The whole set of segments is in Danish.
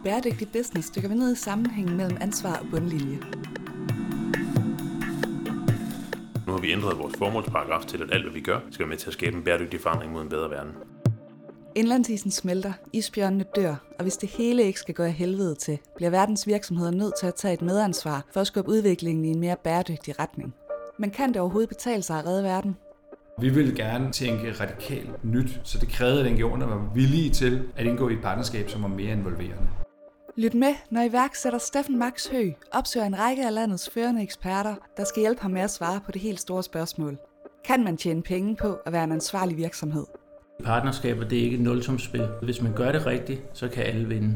Bæredygtig business dykker vi ned i sammenhængen mellem ansvar og bundlinje. Nu har vi ændret vores formålsparagraf til, at alt, hvad vi gør, skal være med til at skabe en bæredygtig forandring mod en bedre verden. Indlandsisen smelter, isbjørnene dør, og hvis det hele ikke skal gå af helvede til, bliver verdens virksomheder nødt til at tage et medansvar for at skubbe udviklingen i en mere bæredygtig retning. Men kan det overhovedet betale sig at redde verden? Vi vil gerne tænke radikalt nyt, så det krævede, at NGO'erne var villige til at indgå i et partnerskab, som var mere involverende. Lyt med, når iværksætter Steffen Max Høeg opsøger en række af landets førende eksperter, der skal hjælpe ham med at svare på det helt store spørgsmål. Kan man tjene penge på at være en ansvarlig virksomhed? Partnerskaber, det er ikke et nulsumsspil. Hvis man gør det rigtigt, så kan alle vinde.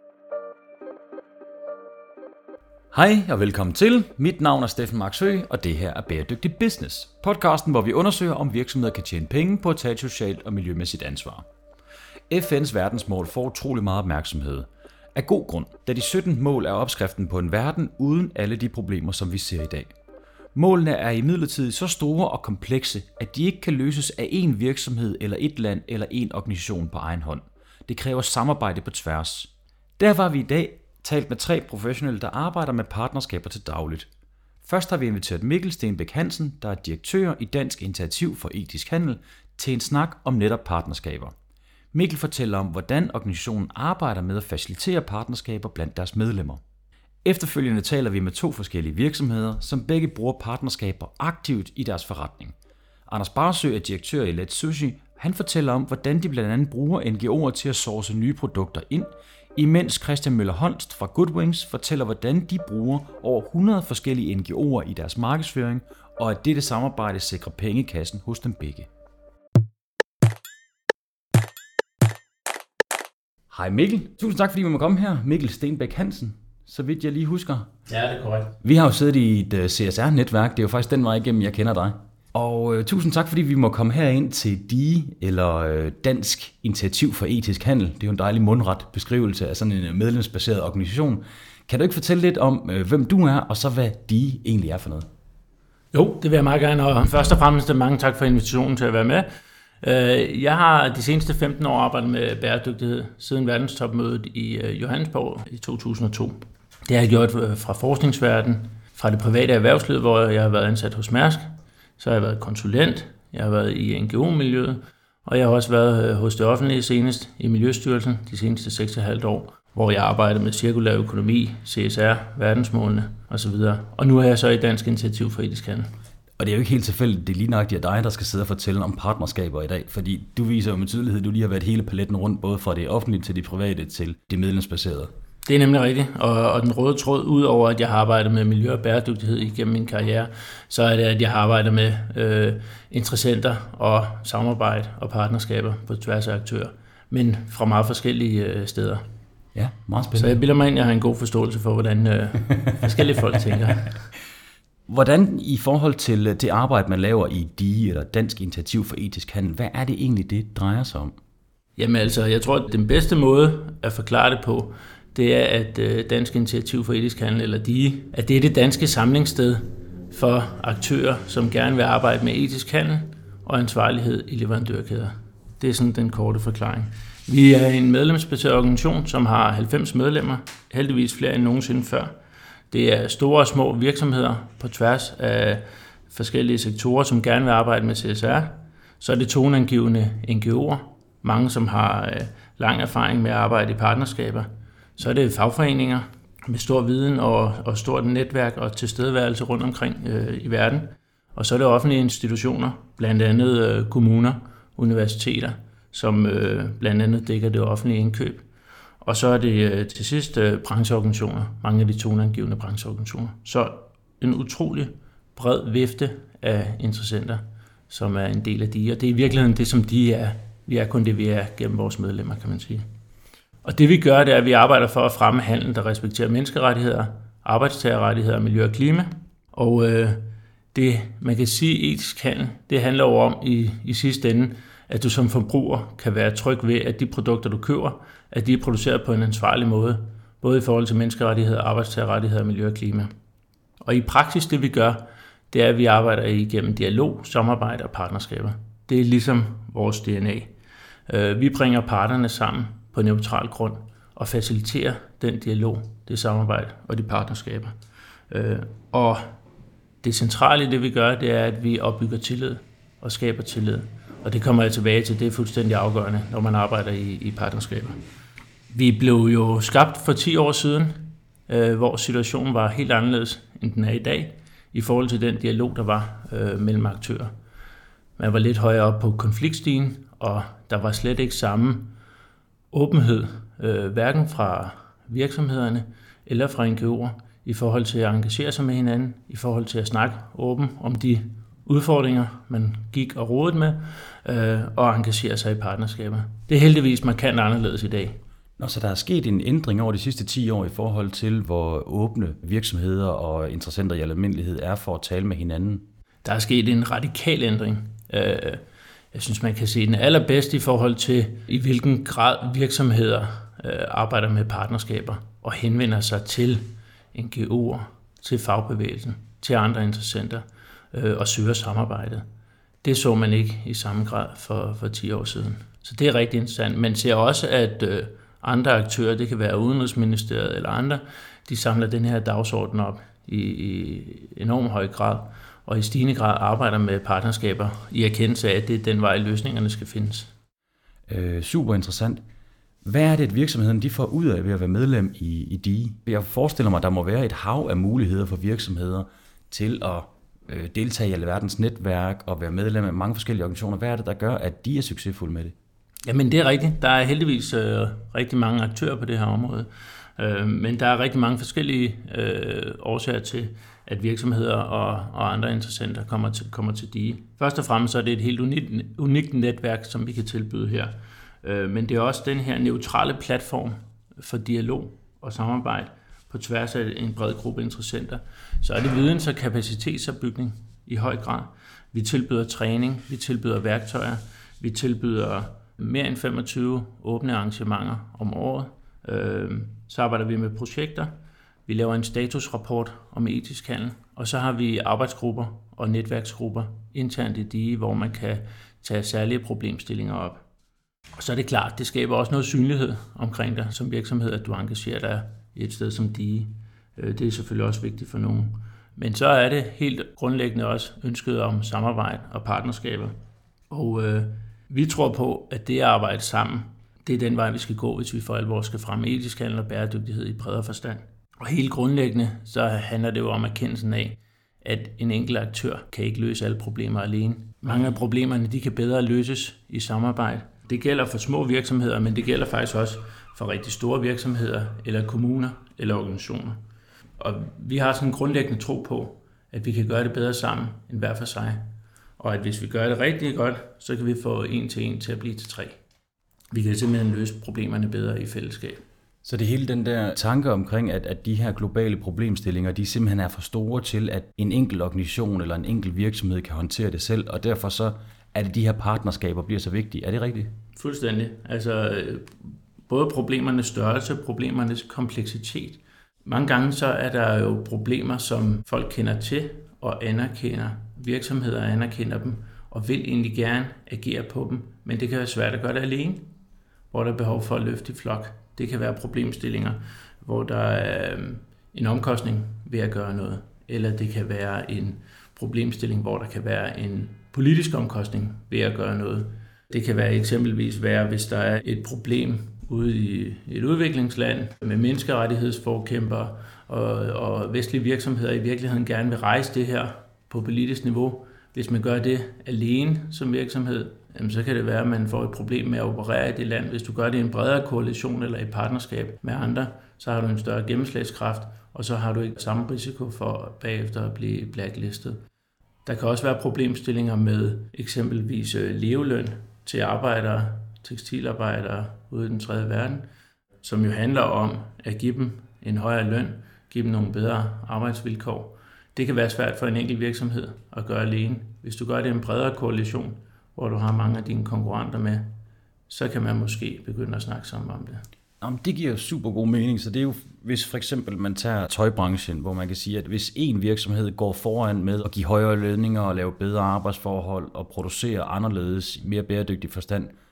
Hej og velkommen til. Mit navn er Steffen Max Høeg, og det her er Bæredygtig Business. Podcasten, hvor vi undersøger, om virksomheder kan tjene penge på at tage et socialt og miljømæssigt ansvar. FN's verdensmål får utrolig meget opmærksomhed. Af god grund, da de 17 mål er opskriften på en verden uden alle de problemer, som vi ser i dag. Målene er imidlertid så store og komplekse, at de ikke kan løses af én virksomhed eller et land eller én organisation på egen hånd. Det kræver samarbejde på tværs. Derfor har vi i dag talt med 3 professionelle, der arbejder med partnerskaber til dagligt. Først har vi inviteret Mikkel Stenbæk Hansen, der er direktør i Dansk Initiativ for Etisk Handel, til en snak om netop partnerskaber. Mikkel fortæller om, hvordan organisationen arbejder med at facilitere partnerskaber blandt deres medlemmer. Efterfølgende taler vi med 2 forskellige virksomheder, som begge bruger partnerskaber aktivt i deres forretning. Anders Barsø er direktør i Let Sushi. Han fortæller om, hvordan de blandt andet bruger NGO'er til at source nye produkter ind, imens Christian Møller Holst fra Goodwings fortæller, hvordan de bruger over 100 forskellige NGO'er i deres markedsføring, og at dette samarbejde sikrer penge i kassen hos dem begge. Hej Mikkel. Tusind tak, fordi vi må komme her. Mikkel Stenbæk Hansen, så vidt jeg lige husker. Ja, det er korrekt. Vi har jo siddet i et CSR-netværk. Det er jo faktisk den vej igennem, jeg kender dig. Og tusind tak, fordi vi må komme herind til DIE, eller Dansk Initiativ for Etisk Handel. Det er jo en dejlig mundret beskrivelse af sådan en medlemsbaseret organisation. Kan du ikke fortælle lidt om, hvem du er, og så hvad DIE egentlig er for noget? Jo, det vil jeg meget gerne, og først og fremmest mange tak for invitationen til at være med. Jeg har de seneste 15 år arbejdet med bæredygtighed siden verdenstopmødet i Johannesborg i 2002. Det har jeg gjort fra forskningsverdenen, fra det private erhvervsliv, hvor jeg har været ansat hos Mærsk. Så har jeg været konsulent, jeg har været i NGO-miljøet, og jeg har også været hos det offentlige senest i Miljøstyrelsen de seneste 6,5 år, hvor jeg arbejder med cirkulær økonomi, CSR, verdensmålene osv. Og nu er jeg så i Dansk Initiativ for Etisk Handel. Og det er jo ikke helt tilfældigt, det er lige nøjagtigt dig, der skal sidde og fortælle om partnerskaber i dag, fordi du viser jo med tydelighed, at du lige har været hele paletten rundt, både fra det offentlige til det private til det medlemsbaserede. Det er nemlig rigtigt, og den røde tråd, ud over at jeg har arbejdet med miljø og bæredygtighed igennem min karriere, så er det, at jeg har arbejdet med interessenter og samarbejde og partnerskaber på tværs af aktører, men fra meget forskellige steder. Ja, meget spændende. Så jeg bilder mig ind, jeg har en god forståelse for, hvordan forskellige folk tænker. Hvordan i forhold til det arbejde, man laver i DIE, eller Dansk Initiativ for Etisk Handel, hvad er det egentlig, det drejer sig om? Jamen altså, jeg tror, at den bedste måde at forklare det på, det er, at Dansk Initiativ for Etisk Handel, eller DIE, at det er det danske samlingssted for aktører, som gerne vil arbejde med etisk handel og ansvarlighed i leverandørkæder. Det er sådan den korte forklaring. Vi er en medlemsbaseret organisation, som har 90 medlemmer, heldigvis flere end nogensinde før. Det er store og små virksomheder på tværs af forskellige sektorer, som gerne vil arbejde med CSR. Så er det toneangivende NGO'er, mange som har lang erfaring med at arbejde i partnerskaber. Så er det fagforeninger med stor viden og stort netværk og tilstedeværelse rundt omkring i verden. Og så er det offentlige institutioner, blandt andet kommuner, universiteter, som blandt andet dækker det offentlige indkøb. Og så er det til sidst brancheorganisationer, mange af de toneangivende brancheorganisationer. Så en utrolig bred vifte af interessenter, som er en del af DIE. Og det er i virkeligheden det, som DIE er. Vi er kun det, vi er gennem vores medlemmer, kan man sige. Og det vi gør, det er, at vi arbejder for at fremme handel, der respekterer menneskerettigheder, arbejdstagerrettigheder, miljø og klima. Og det, man kan sige, etisk handel, det handler jo om i sidste ende, at du som forbruger kan være tryg ved, at de produkter, du køber, at de er produceret på en ansvarlig måde, både i forhold til menneskerettigheder, arbejdstagerrettigheder, miljø og klima. Og i praksis, det vi gør, det er, at vi arbejder igennem dialog, samarbejde og partnerskaber. Det er ligesom vores DNA. Vi bringer parterne sammen på neutral grund at facilitere den dialog, det samarbejde og de partnerskaber. Og det centrale i det, vi gør, det er, at vi opbygger tillid og skaber tillid. Og det kommer jeg tilbage til, det er fuldstændig afgørende, når man arbejder i partnerskaber. Vi blev jo skabt for 10 år siden, hvor situationen var helt anderledes, end den er i dag, i forhold til den dialog, der var mellem aktører. Man var lidt højere op på konfliktstigen, og der var slet ikke samme åbenhed, hverken fra virksomhederne eller fra NGO'er, i forhold til at engagere sig med hinanden, i forhold til at snakke åbent om de udfordringer, man gik og rodede med, og engagere sig i partnerskaber. Det er heldigvis markant anderledes i dag. Så der er sket en ændring over de sidste 10 år i forhold til, hvor åbne virksomheder og interessenter i almindelighed er for at tale med hinanden? Der er sket en radikal ændring. Jeg synes, man kan se den allerbedste i forhold til, i hvilken grad virksomheder arbejder med partnerskaber og henvender sig til NGO'er, til fagbevægelsen, til andre interessenter og søger samarbejdet. Det så man ikke i samme grad for 10 år siden. Så det er rigtig interessant. Man ser også, at andre aktører, det kan være Udenrigsministeriet eller andre, de samler den her dagsorden op i enormt høj grad, og i stigende grad arbejder med partnerskaber i erkendelse af, at det er den vej, løsningerne skal findes. Super interessant. Hvad er det, at virksomheden de får ud af ved at være medlem i DIE? Jeg forestiller mig, at der må være et hav af muligheder for virksomheder til at deltage i alverdens netværk og være medlem af mange forskellige organisationer. Hvad er det, der gør, at de er succesfulde med det? Jamen det er rigtigt. Der er heldigvis rigtig mange aktører på det her område. Men der er rigtig mange forskellige årsager til, at virksomheder og andre interessenter kommer til DIE. Først og fremmest så er det et helt unikt netværk, som vi kan tilbyde her. Men det er også den her neutrale platform for dialog og samarbejde på tværs af en bred gruppe interessenter. Så er det videns- og kapacitetsopbygning i høj grad. Vi tilbyder træning, vi tilbyder værktøjer, vi tilbyder mere end 25 åbne arrangementer om året. Så arbejder vi med projekter. Vi laver en statusrapport om etisk handel, og så har vi arbejdsgrupper og netværksgrupper internt i DIE, hvor man kan tage særlige problemstillinger op. Og så er det klart, det skaber også noget synlighed omkring dig som virksomhed, at du engagerer dig i et sted som DIE. Det er selvfølgelig også vigtigt for nogen. Men så er det helt grundlæggende også ønsket om samarbejde og partnerskaber. Og vi tror på, at det at arbejde sammen, det er den vej, vi skal gå, hvis vi for alvor skal fremme etisk handel og bæredygtighed i bredere forstand. Og helt grundlæggende, så handler det jo om erkendelsen af, at en enkelt aktør kan ikke løse alle problemer alene. Mange af problemerne, de kan bedre løses i samarbejde. Det gælder for små virksomheder, men det gælder faktisk også for rigtig store virksomheder, eller kommuner, eller organisationer. Og vi har sådan en grundlæggende tro på, at vi kan gøre det bedre sammen end hver for sig. Og at hvis vi gør det rigtig godt, så kan vi få 1 til 1 til at blive til 3. Vi kan simpelthen løse problemerne bedre i fællesskab. Så det hele den der tanke omkring, at de her globale problemstillinger, de simpelthen er for store til, at en enkelt organisation eller en enkelt virksomhed kan håndtere det selv, og derfor så er det de her partnerskaber bliver så vigtige. Er det rigtigt? Fuldstændig. Altså både problemernes størrelse, problemernes kompleksitet. Mange gange så er der jo problemer, som folk kender til og anerkender. Virksomheder anerkender dem og vil egentlig gerne agere på dem, men det kan være svært at gøre det alene, hvor der er behov for at løfte i flok. Det kan være problemstillinger, hvor der er en omkostning ved at gøre noget, eller det kan være en problemstilling, hvor der kan være en politisk omkostning ved at gøre noget. Det kan være eksempelvis være, hvis der er et problem ude i et udviklingsland med menneskerettighedsforkæmpere og vestlige virksomheder i virkeligheden gerne vil rejse det her på politisk niveau. Hvis man gør det alene som virksomhed, så kan det være, at man får et problem med at operere i det land. Hvis du gør det i en bredere koalition eller i partnerskab med andre, så har du en større gennemslagskraft, og så har du ikke samme risiko for bagefter at blive blacklistet. Der kan også være problemstillinger med eksempelvis leveløn til arbejdere, tekstilarbejdere ude i den tredje verden, som jo handler om at give dem en højere løn, give dem nogle bedre arbejdsvilkår. Det kan være svært for en enkelt virksomhed at gøre alene. Hvis du gør det i en bredere koalition, hvor du har mange af dine konkurrenter med, så kan man måske begynde at snakke sammen om det. Jamen, det giver super god mening, så det er jo, hvis for eksempel man tager tøjbranchen, hvor man kan sige, at hvis en virksomhed går foran med at give højere lønninger og lave bedre arbejdsforhold og producere anderledes, mere bæredygtig forstand,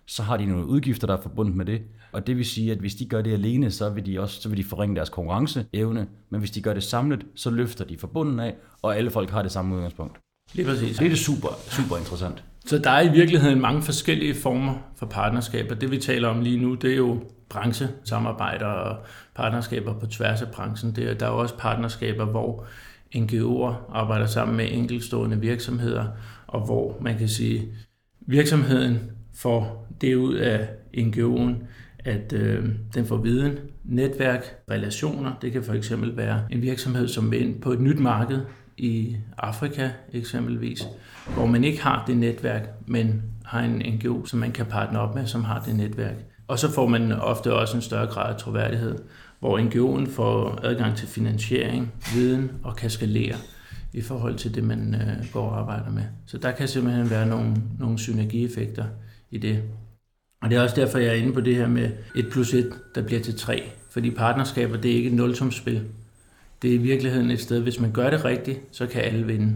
så har de nogle udgifter, der er forbundet med det. Og det vil sige, at hvis de gør det alene, så vil de forringe deres konkurrenceevne. Men hvis de gør det samlet, så løfter de fra bunden af, og alle folk har det samme udgangspunkt. Lige præcis. Det er det super interessant. Så der er i virkeligheden mange forskellige former for partnerskaber. Det vi taler om lige nu, det er jo branchesamarbejder og partnerskaber på tværs af branchen. Der er jo også partnerskaber, hvor NGO'er arbejder sammen med enkeltstående virksomheder, og hvor man kan sige, virksomheden får det ud af NGO'en, at den får viden, netværk, relationer. Det kan for eksempel være en virksomhed, som vil ind på et nyt marked i Afrika eksempelvis, hvor man ikke har det netværk, men har en NGO, som man kan partner op med, som har det netværk. Og så får man ofte også en større grad af troværdighed, hvor NGO'en får adgang til finansiering, viden og kan skalere i forhold til det, man går og arbejder med. Så der kan simpelthen være nogle synergieffekter i det. Og det er også derfor, jeg er inde på det her med 1+1, der bliver til 3. Fordi partnerskaber, det er ikke et nulsumsspil. Det er i virkeligheden et sted, hvis man gør det rigtigt, så kan alle vinde.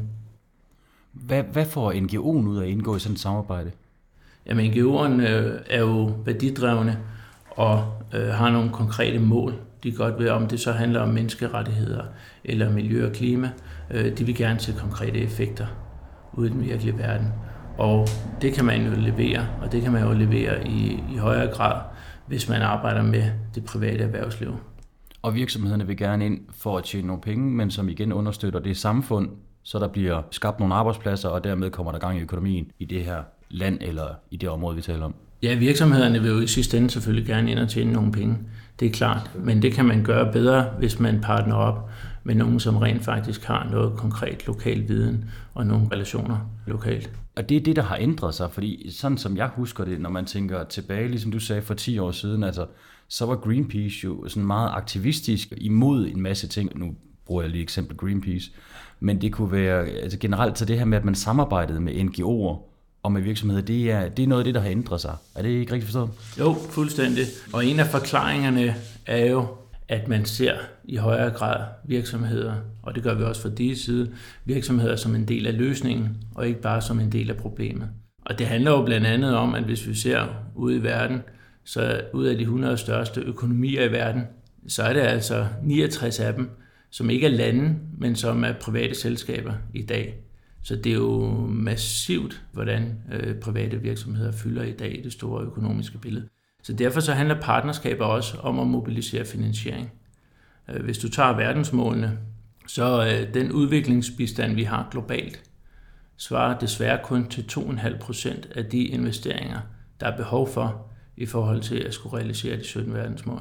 Hvad får NGO'en ud af at indgå i sådan et samarbejde? Jamen, NGO'erne er jo værdidrevne og har nogle konkrete mål, de godt vil, om det så handler om menneskerettigheder eller miljø og klima. De vil gerne se konkrete effekter ude i den virkelige verden. Og det kan man jo levere, og det kan man jo levere i højere grad, hvis man arbejder med det private erhvervsliv. Og virksomhederne vil gerne ind for at tjene nogle penge, men som igen understøtter det samfund, så der bliver skabt nogle arbejdspladser, og dermed kommer der gang i økonomien i det her land eller i det område, vi taler om. Ja, virksomhederne vil jo i sidste ende selvfølgelig gerne ind og tjene nogle penge. Det er klart, men det kan man gøre bedre, hvis man partner op med nogen, som rent faktisk har noget konkret lokal viden og nogle relationer lokalt. Og det er det, der har ændret sig, fordi sådan som jeg husker det, når man tænker tilbage, ligesom du sagde for 10 år siden, altså, så var Greenpeace jo sådan meget aktivistisk imod en masse ting. Nu bruger jeg lige eksempel Greenpeace, men det kunne være altså generelt så det her med, at man samarbejdede med NGO'er og med virksomheder, det er noget af det, der har ændret sig. Er det ikke rigtigt forstået? Jo, fuldstændig. Og en af forklaringerne er jo, at man ser i højere grad virksomheder, og det gør vi også fra de side, virksomheder som en del af løsningen, og ikke bare som en del af problemet. Og det handler jo blandt andet om, at hvis vi ser ude i verden, så ud af de 100 største økonomier i verden, så er det altså 69 af dem, som ikke er lande, men som er private selskaber i dag. Så det er jo massivt, hvordan private virksomheder fylder i dag i det store økonomiske billede. Så derfor så handler partnerskaber også om at mobilisere finansiering. Hvis du tager verdensmålene, så den udviklingsbistand, vi har globalt, svarer desværre kun til 2,5% af de investeringer, der er behov for i forhold til at skulle realisere de 17 verdensmål.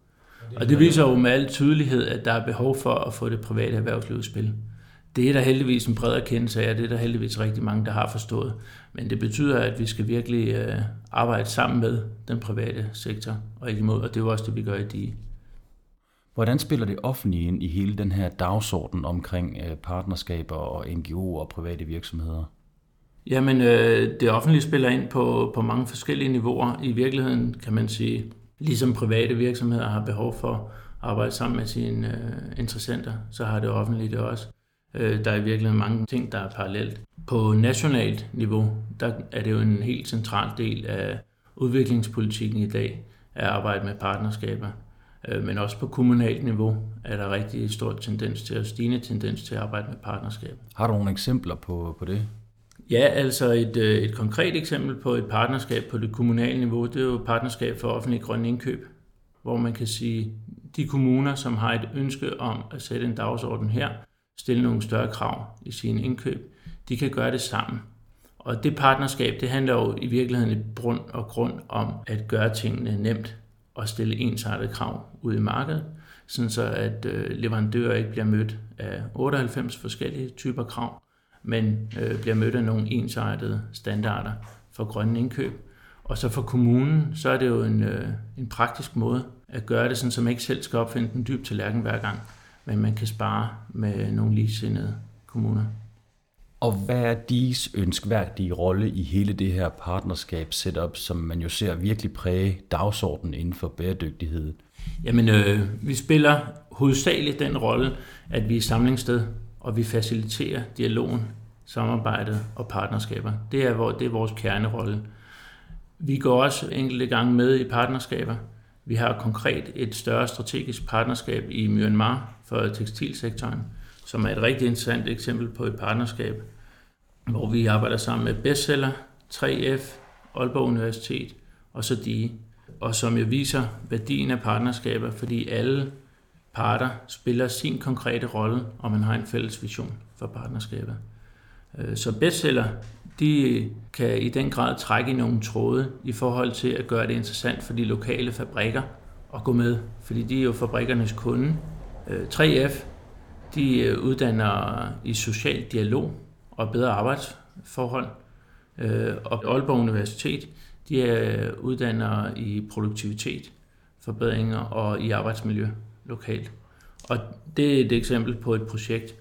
Og det viser jo med al tydelighed, at der er behov for at få det private erhvervsliv i spil. Det er der heldigvis en bred erkendelse af, det er der heldigvis rigtig mange, der har forstået. Men det betyder, at vi skal virkelig arbejde sammen med den private sektor, og ikke imod, og det er jo også det, vi gør i DI. Hvordan spiller det offentlige ind i hele den her dagsorden omkring partnerskaber og NGO'er og private virksomheder? Jamen, det offentlige spiller ind på mange forskellige niveauer. I virkeligheden kan man sige, ligesom private virksomheder har behov for at arbejde sammen med sine interessenter, så har det offentlige det også. Der er i virkeligheden mange ting, der er parallelt. På nationalt niveau, der er det jo en helt central del af udviklingspolitikken i dag, at arbejde med partnerskaber. Men også på kommunalt niveau er der rigtig stor stigende tendens til at arbejde med partnerskaber. Har du nogle eksempler på det? Ja, altså et konkret eksempel på et partnerskab på det kommunale niveau, det er jo et partnerskab for offentlige grønne indkøb, hvor man kan sige, de kommuner, som har et ønske om at sætte en dagsorden her, stille nogle større krav i sine indkøb, de kan gøre det sammen. Og det partnerskab, det handler jo i virkeligheden i bund og grund om at gøre tingene nemt og stille ensartede krav ud i markedet, sådan så at leverandører ikke bliver mødt af 98 forskellige typer krav, men bliver mødt af nogle ensartede standarder for grønne indkøb. Og så for kommunen, så er det jo en praktisk måde at gøre det, sådan så man ikke selv skal opfinde den dybe tallerken hver gang, men man kan spare med nogle ligesindede kommuner. Og hvad er DI's ønskværdige rolle i hele det her partnerskab-setup, som man jo ser virkelig præge dagsordenen inden for bæredygtighed? Jamen, vi spiller hovedsageligt den rolle, at vi er samlingssted, og vi faciliterer dialogen, samarbejdet og partnerskaber. Det er vores kernerolle. Vi går også enkelte gange med i partnerskaber. Vi har konkret et større strategisk partnerskab i Myanmar for tekstilsektoren, som er et rigtig interessant eksempel på et partnerskab, hvor vi arbejder sammen med Bestseller, 3F, Aalborg Universitet og så DIE, og som jo viser værdien af partnerskaber, fordi alle parter spiller sin konkrete rolle, og man har en fælles vision for partnerskabet. Så Bestseller, de kan i den grad trække i nogle tråde i forhold til at gøre det interessant for de lokale fabrikker at gå med, fordi de er jo fabrikkernes kunde. 3F, de uddanner i social dialog og bedre arbejdsforhold, og Aalborg Universitet, de uddanner i produktivitet, forbedringer og i arbejdsmiljø lokalt. Og det er et eksempel på et projekt,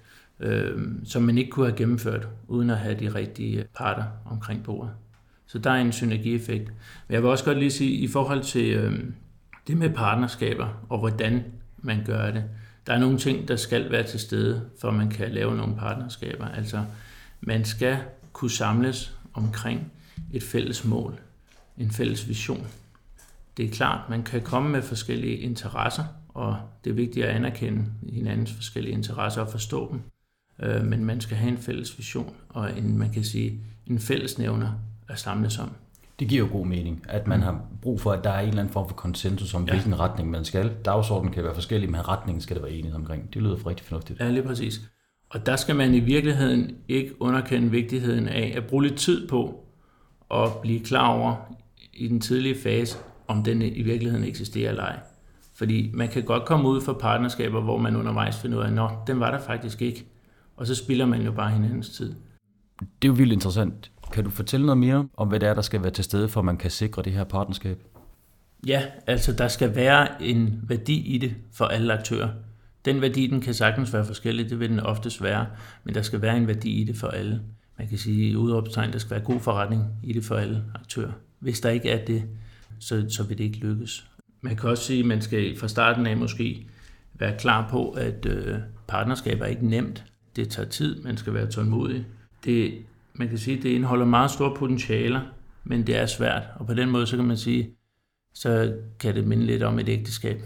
som man ikke kunne have gennemført, uden at have de rigtige parter omkring bordet. Så der er en synergieffekt. Men jeg vil også godt lige sige, i forhold til det med partnerskaber, og hvordan man gør det, der er nogle ting, der skal være til stede, for at man kan lave nogle partnerskaber. Altså, man skal kunne samles omkring et fælles mål, en fælles vision. Det er klart, man kan komme med forskellige interesser, og det er vigtigt at anerkende hinandens forskellige interesser og forstå dem. Men man skal have en fælles vision, og man kan sige, en fællesnævner at samles om. Det giver jo god mening, at man har brug for, at der er en eller anden form for konsensus om, hvilken retning man skal. Dagsordenen kan være forskellig, men retningen skal der være enighed omkring. Det lyder rigtig fornuftigt. Ja, lige præcis. Og der skal man i virkeligheden ikke underkende vigtigheden af at bruge lidt tid på at blive klar over i den tidlige fase, om den i virkeligheden eksisterer eller ej. Fordi man kan godt komme ud for partnerskaber, hvor man undervejs finder ud af, den var der faktisk ikke. Og så spilder man jo bare hinandens tid. Det er jo vildt interessant. Kan du fortælle noget mere om, hvad det er, der skal være til stede, for at man kan sikre det her partnerskab? Ja, altså der skal være en værdi i det for alle aktører. Den værdi, den kan sagtens være forskellig, det vil den oftest være, men der skal være en værdi i det for alle. Man kan sige i udråbstegn, der skal være god forretning i det for alle aktører. Hvis der ikke er det, så vil det ikke lykkes. Man kan også sige, at man skal fra starten af måske være klar på, at partnerskab er ikke nemt. Det tager tid, man skal være tålmodig. Man kan sige, at det indeholder meget store potentialer, men det er svært. Og på den måde, så kan man sige, så kan det minde lidt om et ægteskab.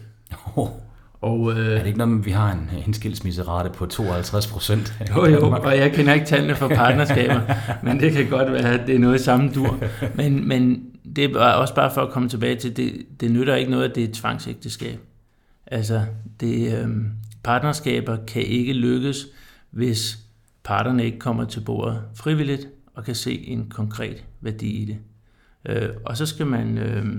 Og, er det ikke noget, vi har en skilsmisserate på 52%? Jo, og jeg kender ikke tallene for partnerskaber, men det kan godt være, at det er noget i samme dur. Men det er også bare for at komme tilbage til, det nytter ikke noget, at det er et tvangsægteskab. Altså, partnerskaber kan ikke lykkes, hvis parterne ikke kommer til bordet frivilligt og kan se en konkret værdi i det. Og så skal man...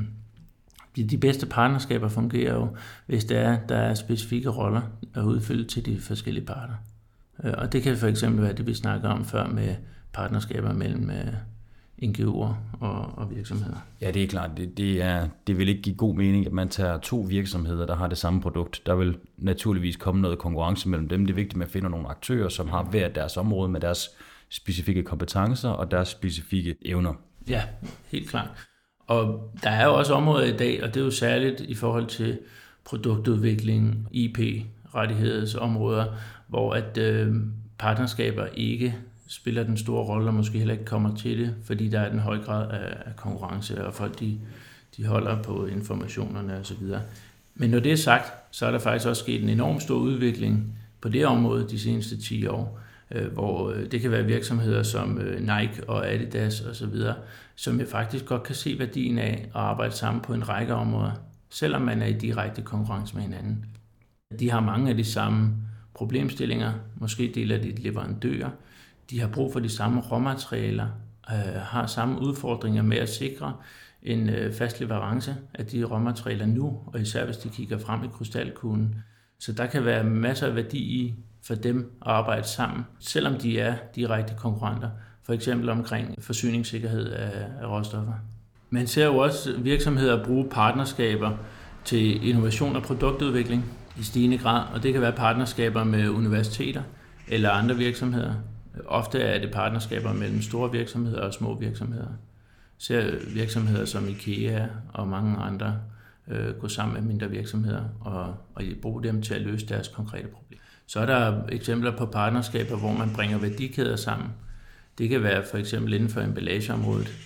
De bedste partnerskaber fungerer jo, hvis der er specifikke roller at udfylde til de forskellige parter. Og det kan for eksempel være det, vi snakker om før med partnerskaber mellem NGO'er og virksomheder. Ja, det er klart. Det vil ikke give god mening, at man tager to virksomheder, der har det samme produkt. Der vil naturligvis komme noget konkurrence mellem dem. Det er vigtigt, at man finder nogle aktører, som har hver deres område med deres specifikke kompetencer og deres specifikke evner. Ja, helt klart. Og der er jo også områder i dag, og det er jo særligt i forhold til produktudvikling, IP-rettighedsområder, hvor at partnerskaber ikke spiller den store rolle, og måske heller ikke kommer til det, fordi der er den høje grad af konkurrence, og folk de holder på informationerne osv. Men når det er sagt, så er der faktisk også sket en enorm stor udvikling på det område de seneste 10 år, hvor det kan være virksomheder som Nike og Adidas osv., som jeg faktisk godt kan se værdien af at arbejde sammen på en række områder, selvom man er i direkte konkurrence med hinanden. De har mange af de samme problemstillinger, måske deler de leverandører, de har brug for de samme råmaterialer, har samme udfordringer med at sikre en fast leverance af de råmaterialer nu, og især hvis de kigger frem i krystalkuglen. Så der kan være masser af værdi i for dem at arbejde sammen, selvom de er direkte konkurrenter, for eksempel omkring forsyningssikkerhed af råstoffer. Man ser jo også virksomheder bruge partnerskaber til innovation og produktudvikling i stigende grad, og det kan være partnerskaber med universiteter eller andre virksomheder. Ofte er det partnerskaber mellem store virksomheder og små virksomheder. Ser virksomheder som IKEA og mange andre gå sammen med mindre virksomheder og bruge dem til at løse deres konkrete problemer. Så er der eksempler på partnerskaber, hvor man bringer værdikæder sammen. Det kan være for eksempel inden for emballageområdet.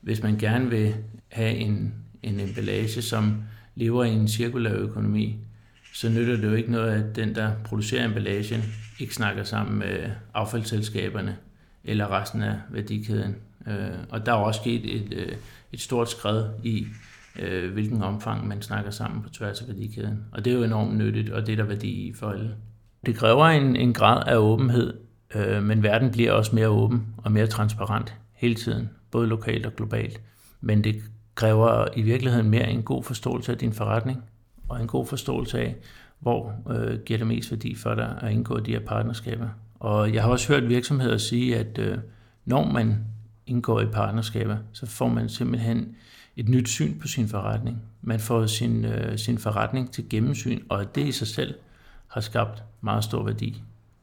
hvis man gerne vil have en emballage, som lever i en cirkulær økonomi, så nytter det jo ikke noget, at den, der producerer emballagen, ikke snakker sammen med affaldsselskaberne eller resten af værdikæden. Og der er også sket et stort skred i, hvilken omfang man snakker sammen på tværs af værdikæden. Og det er jo enormt nyttigt, og det er der værdi i for alle. Det kræver en grad af åbenhed, men verden bliver også mere åben og mere transparent hele tiden, både lokalt og globalt. Men det kræver i virkeligheden mere en god forståelse af din forretning, og en god forståelse af, hvor giver det mest værdi for dig at indgå de her partnerskaber. Og jeg har også hørt virksomheder sige, at når man indgår i partnerskaber, så får man simpelthen et nyt syn på sin forretning. Man får sin forretning til gennemsyn, og det i sig selv har skabt meget stor værdi.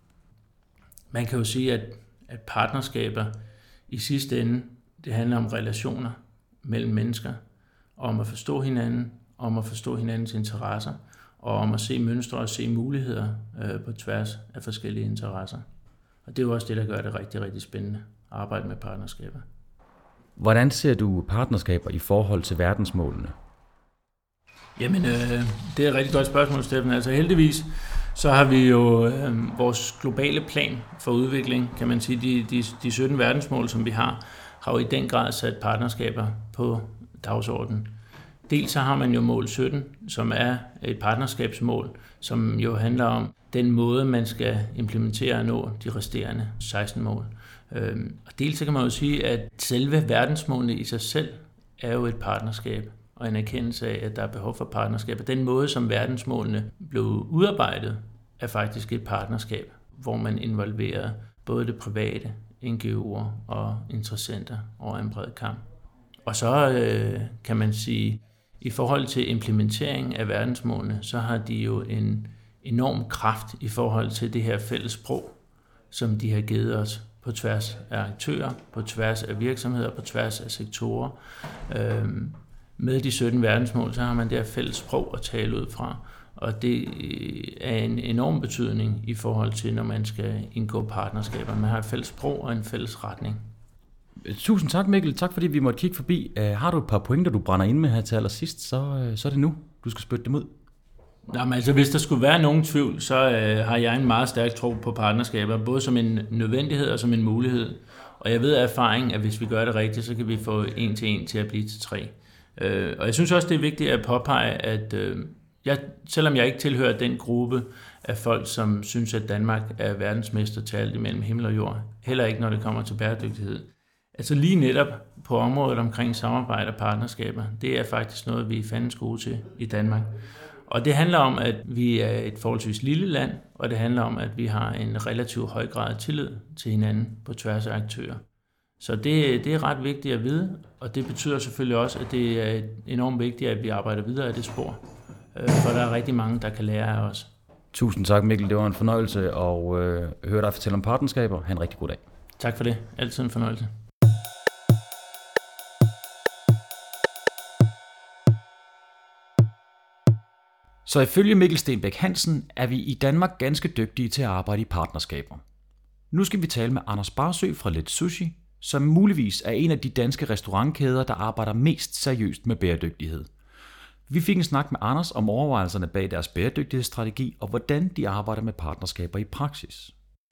Man kan jo sige, at partnerskaber i sidste ende, det handler om relationer mellem mennesker, om at forstå hinanden, om at forstå hinandens interesser, og om at se mønstre og se muligheder på tværs af forskellige interesser. Og det er jo også det, der gør det rigtig, rigtig spændende at arbejde med partnerskaber. Hvordan ser du partnerskaber i forhold til verdensmålene? Jamen, det er et rigtig godt spørgsmål, Steffen. Altså heldigvis, så har vi jo vores globale plan for udvikling, kan man sige, de 17 verdensmål, som vi har jo i den grad sat partnerskaber på dagsordenen. Dels så har man jo mål 17, som er et partnerskabsmål, som jo handler om den måde, man skal implementere og nå de resterende 16 mål. Og dels så kan man jo sige, at selve verdensmålene i sig selv er jo et partnerskab og en erkendelse af, at der er behov for partnerskab. Og den måde, som verdensmålene blev udarbejdet, er faktisk et partnerskab, hvor man involverer både det private, NGO'er og interessenter over en bred kamp. Og så kan man sige, i forhold til implementering af verdensmålene, så har de jo en enorm kraft i forhold til det her fælles sprog, som de har givet os på tværs af aktører, på tværs af virksomheder, på tværs af sektorer. Med de 17 verdensmål, så har man det her fælles sprog at tale ud fra, og det er en enorm betydning i forhold til, når man skal indgå partnerskaber. Man har et fælles sprog og en fælles retning. Tusind tak, Mikkel. Tak fordi vi måtte kigge forbi. Har du et par pointer, du brænder ind med her til allersidst, så er det nu, du skal spytte dem ud. Jamen, altså, hvis der skulle være nogen tvivl, så har jeg en meget stærk tro på partnerskaber, både som en nødvendighed og som en mulighed. Og jeg ved af erfaring, at hvis vi gør det rigtigt, så kan vi få 1 til 1 til at blive til 3. Og jeg synes også, det er vigtigt at påpege, at selvom jeg ikke tilhører den gruppe af folk, som synes, at Danmark er verdensmester til alt imellem himmel og jord, heller ikke når det kommer til bæredygtighed. Altså lige netop på området omkring samarbejde og partnerskaber, det er faktisk noget, vi er fandens gode til i Danmark. Og det handler om, at vi er et forholdsvis lille land, og det handler om, at vi har en relativt høj grad af tillid til hinanden på tværs af aktører. Så det er ret vigtigt at vide, og det betyder selvfølgelig også, at det er enormt vigtigt, at vi arbejder videre af det spor. For der er rigtig mange, der kan lære af os. Tusind tak, Mikkel. Det var en fornøjelse at høre dig fortælle om partnerskaber. Ha' en rigtig god dag. Tak for det. Altid en fornøjelse. Så ifølge Mikkel Stenbæk Hansen er vi i Danmark ganske dygtige til at arbejde i partnerskaber. Nu skal vi tale med Anders Barsø fra Let Sushi, som muligvis er en af de danske restaurantkæder, der arbejder mest seriøst med bæredygtighed. Vi fik en snak med Anders om overvejelserne bag deres bæredygtighedsstrategi og hvordan de arbejder med partnerskaber i praksis.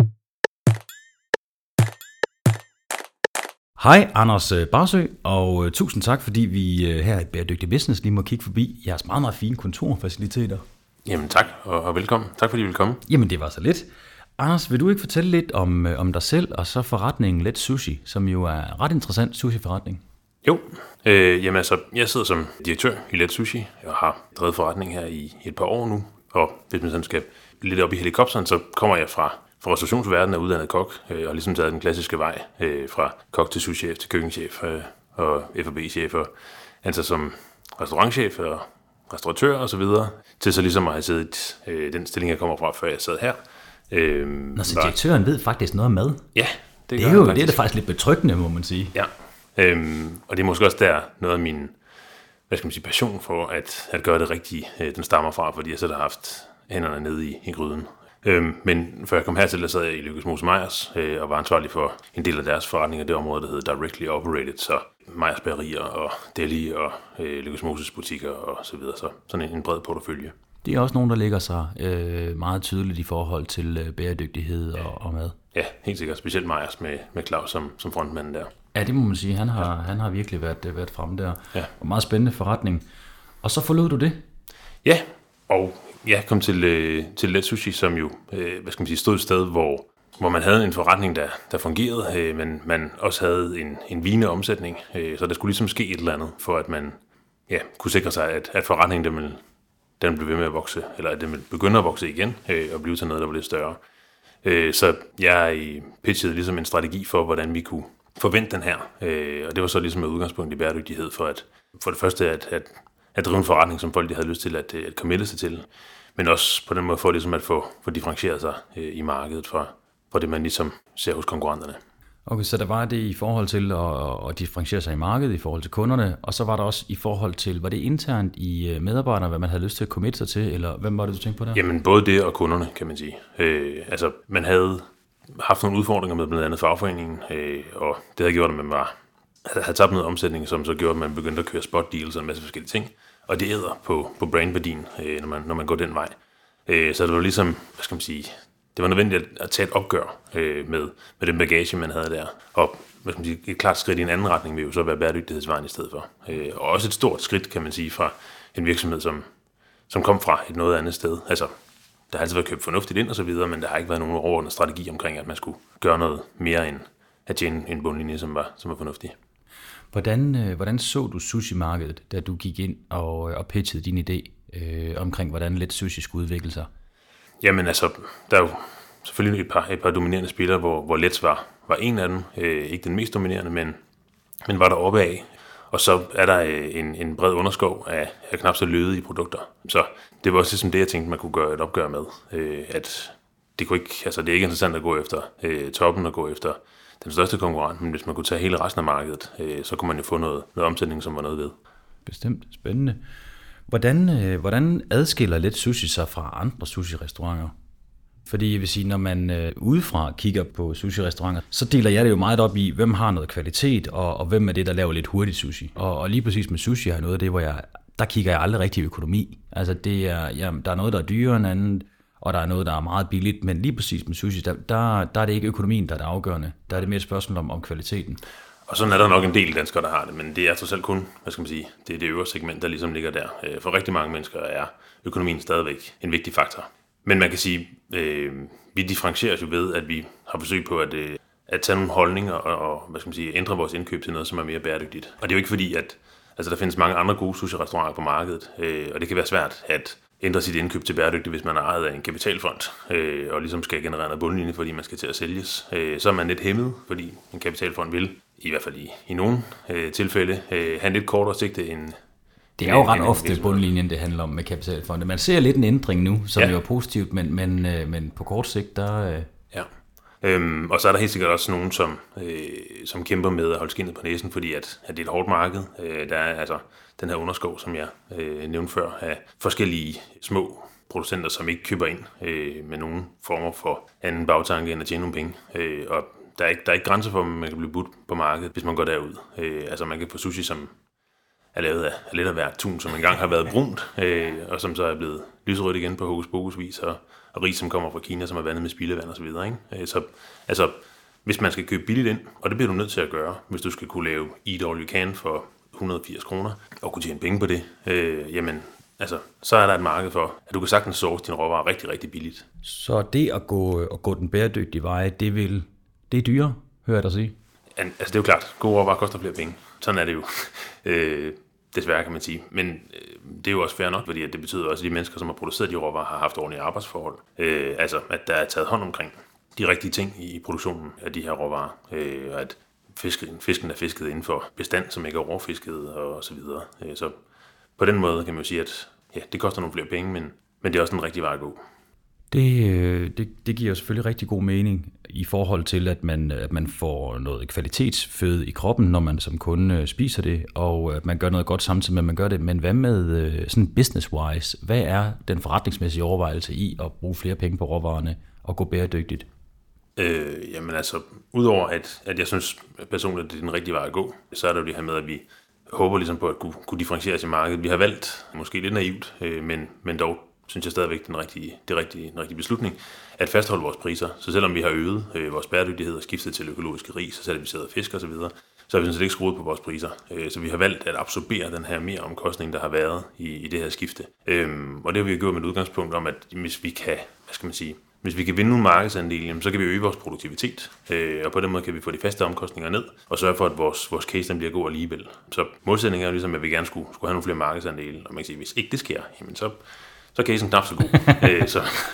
Hej Anders Barsø, og tusind tak, fordi vi her i Bæredygtig Business lige må kigge forbi jeres meget, meget fine kontorfaciliteter. Jamen tak, og velkommen. Tak fordi I vil komme. Jamen det var så lidt. Anders, vil du ikke fortælle lidt om dig selv og så forretningen Let Sushi, som jo er en ret interessant sushi-forretning? Jo, jamen altså, jeg sidder som direktør i Let Sushi. Jeg har drevet forretning her i et par år nu, og hvis man sådan skal lidt op i helikopteren, så kommer jeg fra restaurationsverdenen og uddannet kok, og ligesom taget den klassiske vej fra kok til souschef til køkkenchef og F&B-chef, og altså som restaurantchef og restauratør og så videre, til så ligesom at have siddet den stilling, jeg kommer fra, før jeg sad her. Så direktøren ved faktisk noget om mad? Ja, det er det faktisk lidt betryggende, må man sige. Ja, og det er måske også der noget af min, passion for at gøre det rigtige, den stammer fra, fordi jeg selv har haft hænderne nede i gryden. Men før jeg kom hertil, der sad jeg i Lykkes Mose Meyers og var ansvarlig for en del af deres forretning af det område, der hedder Directly Operated. Så Meyers bagerier og deli og Lykkes Moses butikker og så videre. Så sådan en bred portefølje. Det er også nogen, der lægger sig meget tydeligt i forhold til bæredygtighed og mad. Ja, helt sikkert. Specielt Meyers med Claus som frontmanden der. Ja, det må man sige. Han har virkelig været fremme der. Ja. Og meget spændende forretning. Og så forlod du det? Ja, og jeg kom til Let Sushi, som jo stod et sted, hvor man havde en forretning, der fungerede, men man også havde en vigende omsætning. Så der skulle ligesom ske et eller andet, for at man kunne sikre sig, at forretningen den blev ved med at vokse, eller at den ville begynde at vokse igen, og blive til noget, der var lidt større. Så jeg pitchede ligesom en strategi for, hvordan vi kunne forvente den her. Og det var så ligesom med udgangspunkt i bæredygtighed, for det første at drive en forretning, som folk havde lyst til at committe sig til, men også på den måde for ligesom at få differentieret sig i markedet fra det, man ligesom ser hos konkurrenterne. Okay, så der var det i forhold til at differentiere sig i markedet, i forhold til kunderne, og så var der også i forhold til, var det internt i medarbejderne, hvad man havde lyst til at committe sig til, eller hvem var det, du tænkte på der? Jamen, både det og kunderne, kan man sige. Man havde haft nogle udfordringer med blandt andet fagforeningen, og det havde gjort, at man havde tabt noget omsætning, som så gjorde, at man begyndte at køre spot deals og en masse forskellige ting, og det æder på brandværdien, når man går den vej. Så det var ligesom, det var nødvendigt at tage et opgør med den bagage, man havde der. Og et klart skridt i en anden retning vil jo så være bæredygtighedsvejen i stedet for. Og også et stort skridt, kan man sige, fra en virksomhed, som kom fra et noget andet sted. Altså, der har altid været købt fornuftigt ind og så videre, men der har ikke været nogen overordnet strategi omkring, at man skulle gøre noget mere end at tjene en bundlinje, som var fornuftig. Hvordan så du sushi-markedet, da du gik ind og pitchede din idé omkring, hvordan Let Sushi skulle udvikle sig? Jamen altså, der er jo selvfølgelig et par dominerende spillere, hvor Let's var en af dem. Ikke den mest dominerende, men var der oppe af. Og så er der en bred underskov af knap så lødige produkter. Så det var også ligesom det, jeg tænkte, man kunne gøre et opgør med. At det er ikke interessant at gå efter toppen og gå efter den største konkurrent, men hvis man kunne tage hele resten af markedet, så kunne man jo få noget omsætning, som var noget ved. Bestemt. Spændende. Hvordan adskiller Let Sushi sig fra andre sushi-restauranter? Fordi jeg vil sige, når man udefra kigger på sushi-restauranter, så deler jeg det jo meget op i, hvem har noget kvalitet, og hvem er det, der laver lidt hurtigt sushi. Og lige præcis med sushi har jeg noget af det, hvor der kigger jeg aldrig rigtig økonomi. Altså der er noget, der er dyrere end andet, og der er noget, der er meget billigt, men lige præcis med sushi, der er det ikke økonomien, der er det afgørende. Der er det mere et spørgsmål om kvaliteten. Og sådan er der nok en del danskere, der har det, men det er trods alt kun, det er det øvre segment, der ligesom ligger der. For rigtig mange mennesker er økonomien stadigvæk en vigtig faktor. Men man kan sige, vi differentierer jo ved, at vi har forsøgt på at tage nogle holdninger og ændre vores indkøb til noget, som er mere bæredygtigt. Og det er jo ikke fordi, at der findes mange andre gode sushi-restauranter på markedet, og det kan være svært at ændre sit indkøb til bæredygtigt, hvis man er ejet af en kapitalfond, og ligesom skal generere noget bundlinje, fordi man skal til at sælges. Så er man lidt hæmmet, fordi en kapitalfond vil, i hvert fald i nogle tilfælde, have en lidt kortere sigte end... Det er jo ret ofte bundlinjen, det handler om med kapitalfonde. Man ser lidt en ændring nu, som jo er positivt, men på kort sigt, der... Ja. Og så er der helt sikkert også nogen, som kæmper med at holde skindet på næsen, fordi at det er et hårdt marked. Der er altså den her underskov, som jeg nævnte før, af forskellige små producenter, som ikke køber ind med nogen former for anden bagtanke end at tjene nogle penge. Og der er ikke grænser for, at man kan blive budt på markedet, hvis man går derud. Altså man kan få sushi, som er lavet af lidt af hvert tun, som engang har været brunt, og som så er blevet lyserødt igen på hokus pokus vis, og ris, som kommer fra Kina, som er vandet med spildevand og så videre. Ikke? Så hvis man skal købe billigt ind, og det bliver du nødt til at gøre, hvis du skal kunne lave eat all you can for 180 kroner, og kunne tjene penge på det, så er der et marked for, at du kan sagtens source dine råvarer rigtig, rigtig billigt. Så det at gå den bæredygtige vej, det er dyre, hører jeg dig sige? Altså det er jo klart, gode råvarer koster flere penge. Sådan er det jo. Desværre kan man sige. Men det er jo også fair nok, fordi det betyder også, at de mennesker, som har produceret de råvarer, har haft ordentlige arbejdsforhold. Altså at der er taget hånd omkring de rigtige ting i produktionen af de her råvarer. Og at fisken er fisket inden for bestand, som ikke er overfisket og så videre. Så på den måde kan man jo sige, at det koster nogle flere penge, men det er også den rigtige vej at gå. Det giver selvfølgelig rigtig god mening i forhold til, at man får noget kvalitetsføde i kroppen, når man som kunde spiser det, og at man gør noget godt samtidig med, at man gør det. Men hvad med sådan business-wise? Hvad er den forretningsmæssige overvejelse i at bruge flere penge på råvarerne og gå bæredygtigt? Jamen altså, udover at jeg synes personligt, at det er den rigtige vej at gå, så er der jo det her med, at vi håber ligesom på at kunne differentiere os i markedet. Vi har valgt, måske lidt naivt, men dog synes jeg stadigvæk, det er den rigtige beslutning, at fastholde vores priser. Så selvom vi har øget vores bæredygtighed og skiftet til økologiske ris og certificeret fisk osv., så har vi sådan set ikke skruet på vores priser. Så vi har valgt at absorbere den her mere omkostning, der har været i det her skifte. Og det har vi gjort med et udgangspunkt om, at hvis vi kan vinde nogle markedsandele, så kan vi øge vores produktivitet, og på den måde kan vi få de faste omkostninger ned, og sørge for, at vores case den bliver god alligevel. Så målsætningen er jo ligesom, at vi gerne skulle have nogle flere markedsandele, og man kan sige, at hvis ikke det sker, jamen så er casen knap så god,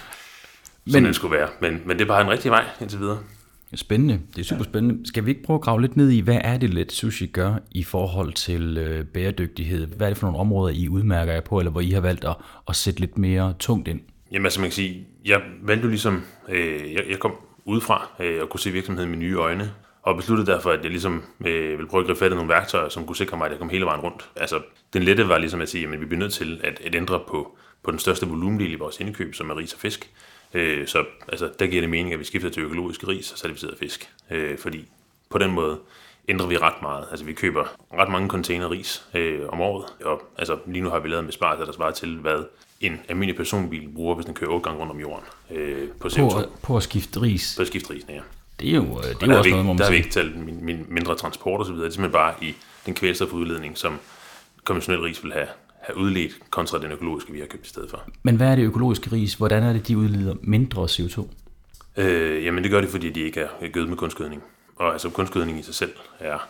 som den skulle være. Men det er bare en rigtig vej indtil videre. Spændende. Det er super spændende. Skal vi ikke prøve at grave lidt ned i, hvad er det Let Sushi gør i forhold til bæredygtighed? Hvad er det for nogle områder, I udmærker jer på, eller hvor I har valgt at sætte lidt mere tungt ind? Jamen altså man kan sige, jeg valgte jo ligesom, jeg kom udefra og kunne se virksomheden med nye øjne, og besluttede derfor, at jeg ligesom ville prøve at gribe fat i nogle værktøjer, som kunne sikre mig, at jeg kom hele vejen rundt. Altså den lette var ligesom at sige, at vi bliver nødt til at ændre på den største volumendel i vores indkøb, som er ris og fisk. Så altså, der giver det mening, at vi skifter til økologisk ris og certificeret fisk, fordi på den måde ændrer vi ret meget. Altså vi køber ret mange container ris om året, og altså, lige nu har vi lavet en besparelse, der svarer til, hvad en almindelig personbil bruger, hvis den kører 8 gange rundt om jorden på CO2. På at skifte ris? På at skifte ris, ja. Det er jo også noget, må man der har vi ikke talt mindre transport og så videre. Det er simpelthen bare i den kvælstofudledning, som konventionel ris vil have udledt kontra den økologiske, vi har købt i stedet for. Men hvad er det økologiske ris? Hvordan er det, de udleder mindre CO2? Jamen det gør det, fordi de ikke er gødet med kunstgødning. Og altså kunstgødning i sig selv er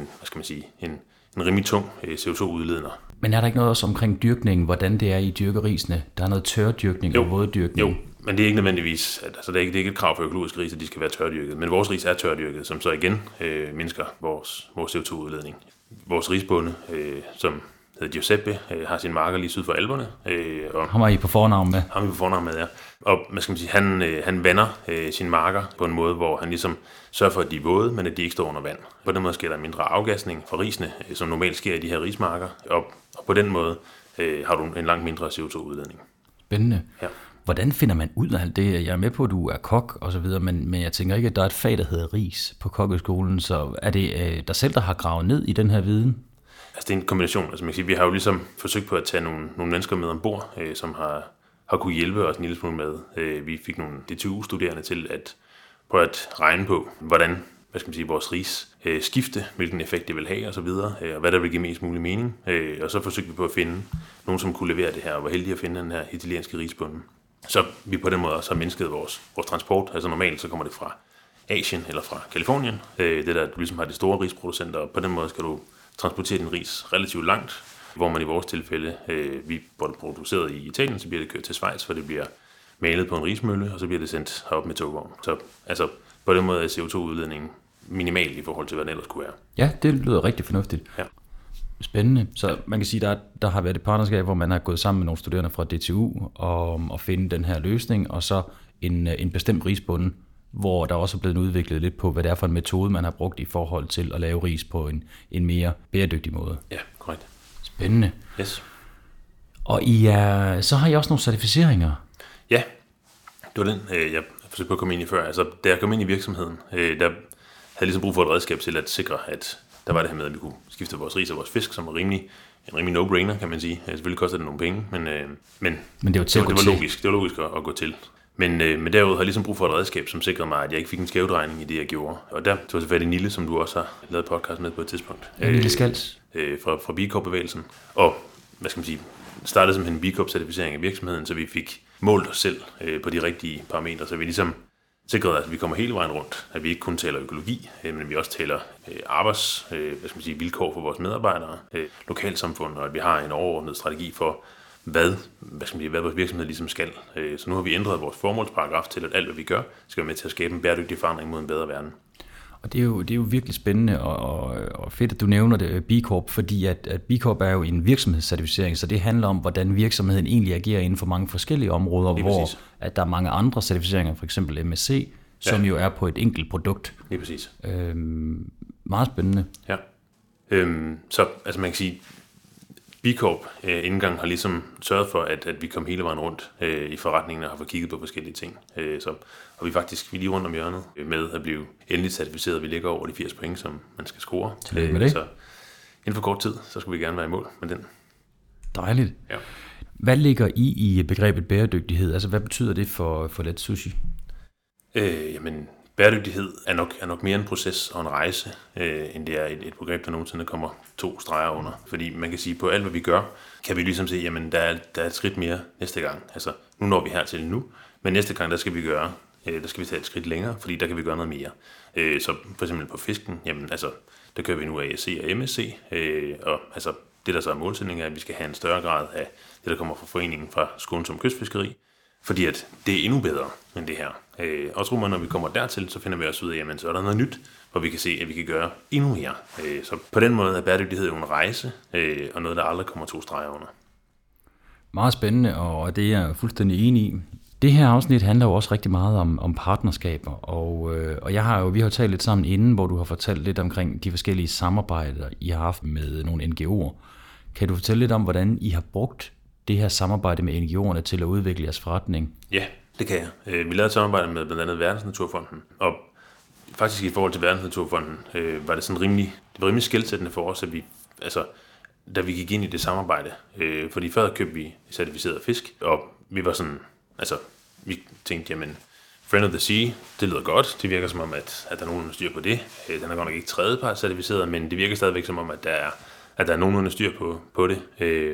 en rimelig tung CO2-udledner. Men er der ikke noget også omkring dyrkningen, hvordan det er i dyrkerisene? Der er noget tørdyrkning og våddyrkning. Jo, men det er ikke nødvendigvis, altså det er ikke et krav for økologiske ris, at de skal være tørdyrket. Men vores ris er tørdyrket, som så igen mindsker vores CO2-udledning. Vores risbonde, som hedder Giuseppe, har sine marker lige syd for Alperne. Og ham er I på fornavn med? Ham er I på fornavn med, ja. Og han vander sine marker på en måde, hvor han ligesom sørger for, at de er våde, men at de ikke står under vand. På den måde sker der mindre afgasning fra risene, som normalt sker i de her rismarker. Og på den måde har du en langt mindre CO2-udledning. Spændende. Ja. Hvordan finder man ud af alt det? Jeg er med på, at du er kok og så videre, men jeg tænker ikke, at der er et fag, der hedder ris på kokkeskolen. Så er det dig selv, der har gravet ned i den her viden? Altså det er en kombination. Altså man kan sige, vi har jo ligesom forsøgt på at tage nogle mennesker med ombord, som har kunne hjælpe os en lille smule med. Vi fik nogle DTU-studerende til at prøve at regne på, hvordan vores ris skifte, hvilken effekt det vil have og så videre, og hvad der vil give mest mulig mening. Og så forsøgte vi på at finde nogen, som kunne levere det her, og var heldige at finde den her italienske risbunde. Så vi på den måde også har mindsket vores transport. Altså normalt så kommer det fra Asien eller fra Kalifornien. Det der ligesom har de store risproducenter, og på den måde skal du transportere din ris relativt langt, hvor man i vores tilfælde, vi får det produceret i Italien, så bliver det kørt til Schweiz, hvor det bliver malet på en rismølle, og så bliver det sendt herop med togvogn. Så altså, på den måde er CO2-udledningen minimal i forhold til, hvad den ellers kunne være. Ja, det lyder rigtig fornuftigt. Ja. Spændende. Så man kan sige, der har været et partnerskab, hvor man har gået sammen med nogle studerende fra DTU og finde den her løsning, og så en bestemt risbunde, hvor der også er blevet udviklet lidt på, hvad det er for en metode, man har brugt i forhold til at lave ris på en mere bæredygtig måde. Ja, korrekt. Spændende. Yes. Og så har I også nogle certificeringer. Ja, det var den, jeg forsøgte på at komme ind i før. Altså, da jeg kom ind i virksomheden, der havde jeg ligesom brug for et redskab til at sikre, at der var det her med, at vi kunne skifte vores ris og vores fisk, som var en rimelig no-brainer, kan man sige. Selvfølgelig koster det nogle penge, men det var logisk. Det var logisk at gå til. Men derudover havde jeg ligesom brug for et redskab, som sikrede mig, at jeg ikke fik en skævdrejning i det, jeg gjorde. Og der tog jeg fat i Nille, som du også har lavet podcast med på et tidspunkt. Nille Skals. Fra B Corp-bevægelsen. Og, startede simpelthen en B Corp-certificering af virksomheden, så vi fik målt os selv på de rigtige parametre, så vi ligesom sikrede, at vi kommer hele vejen rundt, at vi ikke kun taler økologi, men vi også taler vilkår for vores medarbejdere, lokalsamfund, og at vi har en overordnet strategi for, hvad vores virksomhed ligesom skal. Så nu har vi ændret vores formålsparagraf til, at alt, hvad vi gør, skal være med til at skabe en bæredygtig forandring mod en bedre verden. Og det er jo virkelig spændende og fedt, at du nævner det, B Corp, fordi at B Corp er jo en virksomhedscertificering, så det handler om, hvordan virksomheden egentlig agerer inden for mange forskellige områder, hvor at der er mange andre certificeringer, for eksempel MSC, som jo er på et enkelt produkt. Lige præcis. Meget spændende. Ja. Så altså man kan sige, B B Corp indgang har ligesom sørget for, at vi kom hele vejen rundt i forretningen og har fået kigget på forskellige ting. Og vi er lige rundt om hjørnet med at blive endeligt certificeret. Vi ligger over de 80 point, som man skal score. Tillykke med det. Så inden for kort tid, så skal vi gerne være i mål med den. Dejligt. Ja. Hvad ligger I begrebet bæredygtighed? Altså, hvad betyder det for Let Sushi? Jamen, bæredygtighed er nok mere en proces og en rejse, end det er et begreb, der nogensinde kommer 2 streger under. Fordi man kan sige, på alt, hvad vi gør, kan vi ligesom se, jamen, der er et skridt mere næste gang. Altså, nu når vi hertil nu, men næste gang, der skal vi tage et skridt længere, fordi der kan vi gøre noget mere. Så for eksempel på fisken, jamen, altså, der kører vi nu ASC og MSC, og altså, det der så er målsætningen er, at vi skal have en større grad af det, der kommer fra foreningen fra skånsom kystfiskeri, fordi at det er endnu bedre end det her. Og tror man, når vi kommer dertil, så finder vi også ud af, jamen så er der noget nyt, hvor vi kan se, at vi kan gøre endnu mere. Så på den måde er bæredygtighed jo en rejse, og noget, der aldrig kommer 2 streger under. Meget spændende, og det er jeg fuldstændig enig i. Det her afsnit handler jo også rigtig meget om partnerskaber, og vi har talt lidt sammen inden, hvor du har fortalt lidt omkring de forskellige samarbejder, I har haft med nogle NGO'er. Kan du fortælle lidt om, hvordan I har brugt det her samarbejde med NGO'erne til at udvikle jeres forretning? Ja, det kan jeg. Vi lavede et samarbejde med blandt andet Verdensnaturfonden, og faktisk i forhold til Verdensnaturfonden var det sådan rimelig skelsættende for os, at da vi gik ind i det samarbejde. Fordi før købte vi certificeret fisk, og vi var sådan, vi tænkte, jamen, Friend of the Sea, det lyder godt. Det virker som om, at der er nogen, der styr på det. Den er godt nok ikke tredjepart certificeret, men det virker stadigvæk som om, at der er nogen, der styr på det.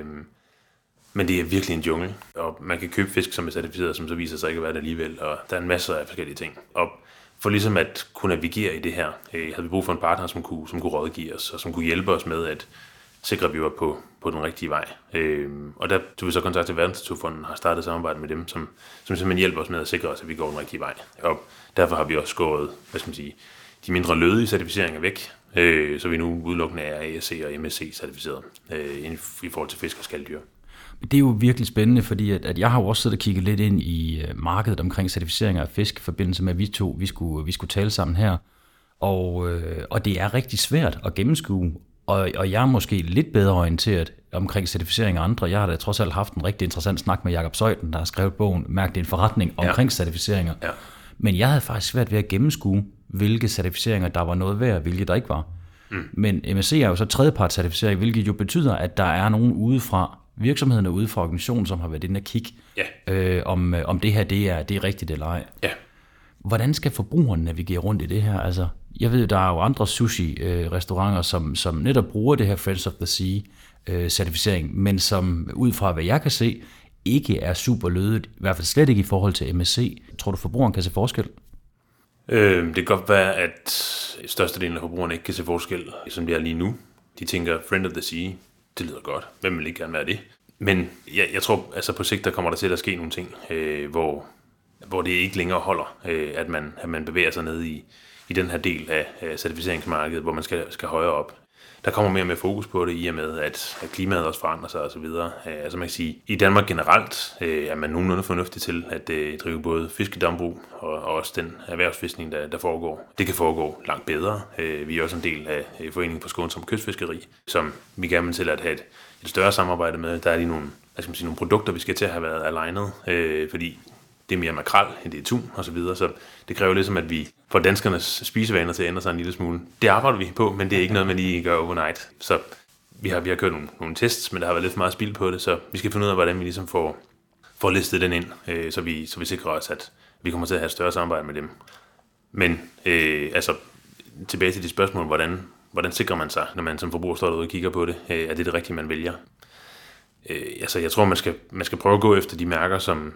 Men det er virkelig en jungle, og man kan købe fisk, som er certificeret, som så viser sig ikke at være det alligevel, og der er en masse af forskellige ting. Og for ligesom at kunne navigere i det her, havde vi brug for en partner, som kunne rådgive os, og som kunne hjælpe os med at sikre, at vi var på den rigtige vej. Og der tog vi så kontakt til Verdensnaturfonden og har startet samarbejde med dem, som simpelthen hjælper os med at sikre os, at vi går den rigtige vej. Og derfor har vi også skåret, de mindre lødige certificeringer væk, så vi nu udelukkende er ASC og MSC certificeret i forhold til fisk og skaldyr. Det er jo virkelig spændende, fordi at jeg har jo også siddet og kigget lidt ind i markedet omkring certificeringer af fisk i forbindelse med, at vi skulle tale sammen her. Og det er rigtig svært at gennemskue, og jeg er måske lidt bedre orienteret omkring certificering af andre. Jeg har da trods alt haft en rigtig interessant snak med Jakob Zeuthen, der har skrevet bogen Mærk din forretning omkring certificeringer. Ja. Men jeg havde faktisk svært ved at gennemskue, hvilke certificeringer der var noget værd, hvilke der ikke var. Men MSC er jo så tredjepart certificering, hvilket jo betyder, at der er nogen udefra, virksomheden ude fra organisationen, som har været inde og kigge, om det her det er rigtigt eller ej. Ja. Hvordan skal forbrugeren navigere rundt i det her? Altså, jeg ved, der er jo andre sushi-restauranter, som netop bruger det her Friends of the Sea-certificering, men som ud fra, hvad jeg kan se, ikke er super lødet, i hvert fald slet ikke i forhold til MSC. Tror du, forbrugeren kan se forskel? Det kan godt være, at størstedelen af forbrugerne ikke kan se forskel, som det er lige nu. De tænker, Friend of the Sea, det lyder godt. Hvem vil ikke gerne være det? Men jeg tror, altså på sigt, der kommer der til at ske nogle ting, hvor det ikke længere holder, at man bevæger sig ned i den her del af certificeringsmarkedet, hvor man skal højere op. Der kommer mere og mere fokus på det, i og med, at klimaet også forandrer sig osv. Altså man kan sige, i Danmark generelt er man nogenlunde fornuftig til at drive både fiskedambrug og også den erhvervsfiskning, der foregår. Det kan foregå langt bedre. Vi er også en del af Foreningen for skånsom kystfiskeri, som vi gerne vil til at have et større samarbejde med. Der er lige nogle produkter, vi skal til at have været alignet, fordi det er mere makrel, end det er tun og så videre, så det kræver ligesom, at vi får danskernes spisevaner til at ændre sig en lille smule. Det arbejder vi på, men det er ikke noget, man lige gør overnight. Så vi har kørt nogle tests, men der har været lidt for meget spild på det, så vi skal finde ud af, hvordan vi ligesom får listet den ind, så vi sikrer os, at vi kommer til at have et større samarbejde med dem. Men tilbage til de spørgsmål, hvordan sikrer man sig, når man som forbruger står derude og kigger på det? Er det rigtige, man vælger? Jeg tror, man skal prøve at gå efter de mærker, som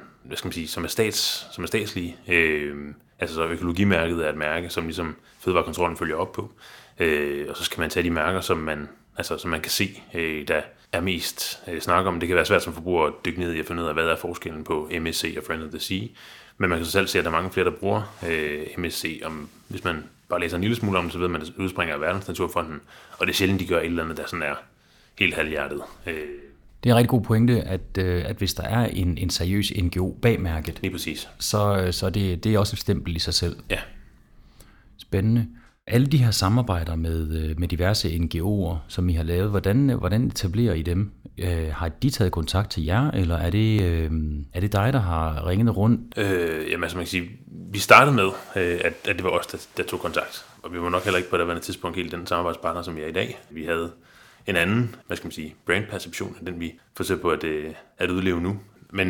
er statslige. Så økologimærket er et mærke, som ligesom Fødevarekontrollen følger op på. Og så skal man tage de mærker, som man kan se, der er mest snak om. Det kan være svært som forbruger at dykke ned i at finde ud af, hvad er forskellen på MSC og Friend of the Sea. Men man kan så selv se, at der er mange flere, der bruger MSC. Hvis man bare læser en lille smule om det, så ved man, at det udspringer af Verdensnaturfonden. Og det er sjældent, de gør et eller andet, der sådan er helt halvhjertet. Det er en rigtig god pointe, at hvis der er en seriøs NGO bag mærket, lige præcis, så det er også et stempel i sig selv. Ja. Spændende. Alle de her samarbejder med diverse NGO'er, som I har lavet, hvordan etablerer I dem? Har de taget kontakt til jer, eller er det dig, der har ringet rundt? Jamen altså man kan sige, vi startede med, at det var os, der tog kontakt. Og vi var nok heller ikke på det tidspunkt helt den samarbejdspartner, som vi er i dag. Vi havde en anden, brandperception, end den vi forsøger på at udleve nu. Men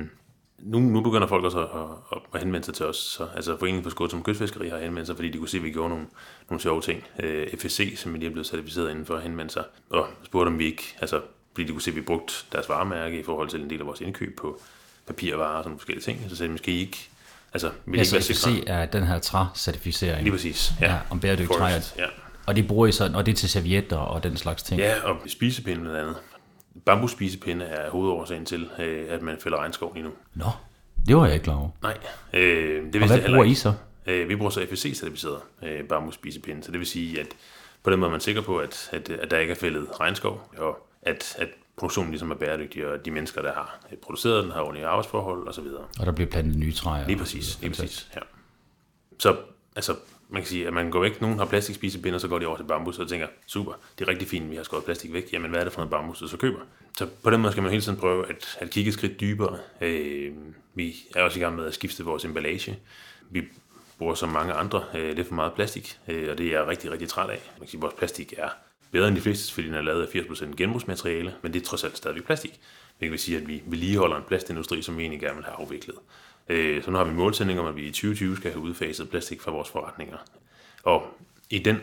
nu begynder folk også at henvende sig til os. Så, altså Foreningen for Skål som Kystfiskeri har henvendt sig, fordi de kunne se, at vi gjorde nogle sjove ting. FSC, som vi lige er blevet certificeret inden for, henvendte sig og spurgte, om vi ikke, altså fordi de kunne se, at vi brugte deres varemærke i forhold til en del af vores indkøb på papirvarer og sådan forskellige ting. Så sagde de, måske ikke, altså vil ikke være sikre. FSC er den her træcertificering. Lige præcis, ja. Om bæredygtigt træ. Ja. Og det bruger I så, og det er til servietter og den slags ting. Ja, og spisepinde blandt andet. Bambusspisepinde er hovedårsagen til, at man fælder regnskov lige nu. Nå, det var jeg ikke klar over. Nej, det vidste og hvad bruger I så? Vi bruger så FSC-certificeret bambusspisepinde, så det vil sige, at på den måde er man sikker på, at der ikke er fældet regnskov, og at produktionen ligesom er bæredygtig, og de mennesker, der har produceret den, har ordentlige arbejdsforhold osv. Og der bliver plantet nye træer. Lige præcis, ja. Så altså, man kan sige, at man går væk. Nogen har plastikspisepinder, så går de over til bambus, og tænker, super, det er rigtig fint, vi har skåret plastik væk. Jamen, hvad er det for noget bambus, og så køber? Så på den måde skal man hele tiden prøve at kigge et skridt dybere. Vi er også i gang med at skifte vores emballage. Vi bruger som mange andre lidt for meget plastik, og det er jeg rigtig, rigtig træt af. Man kan sige, at vores plastik er bedre end de fleste, fordi den er lavet af 80% genbrugsmateriale, men det er trods alt stadigvæk plastik. Det vil sige, at vi vedligeholder en plastindustri, som vi egentlig gerne vil have afviklet. Så nu har vi en målsætning om, at vi i 2020 skal have udfaset plastik fra vores forretninger. Og i den,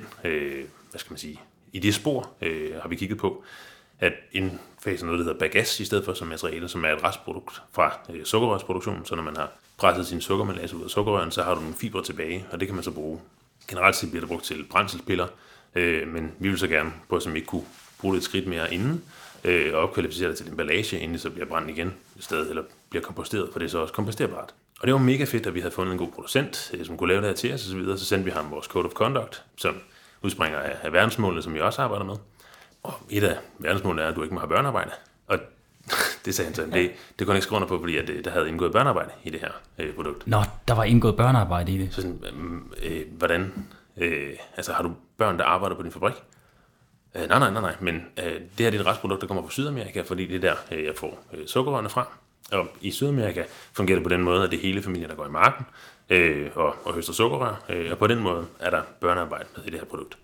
i det spor har vi kigget på, at indfase noget, der hedder bagasse, i stedet for som materiale, som er et restprodukt fra sukkerrørsproduktionen. Så når man har presset sin sukkermelase ud af sukkerrøren, så har du nogle fibre tilbage, og det kan man så bruge. Generelt set bliver det brugt til brændselspiller, men vi vil så gerne prøve, som vi ikke kunne bruge det et skridt mere inden, og opkvalificere det til emballage, inden det så bliver brændt igen et sted, eller bliver komposteret, for det er så også komposterbart. Og det var mega fedt, at vi havde fundet en god producent, som kunne lave det her til os, og så videre. Så sendte vi ham vores Code of Conduct, som udspringer af verdensmålene, som vi også arbejder med. Og et af verdensmålene er, at du ikke må have børnearbejde. Og det sagde han så, det kunne han ikke skrive under på, fordi at der havde indgået børnearbejde i det her produkt. Nå, der var indgået børnearbejde i det. Så sådan, hvordan, har du børn, der arbejder på din fabrik? Nej, men det her er et restprodukt, der kommer fra Sydamerika, fordi det er der, jeg får sukkerrørene fra. Og i Sydamerika fungerer det på den måde, at det er hele familien, der går i marken og høster sukkerrør, og på den måde er der børnearbejde med i det her produkt.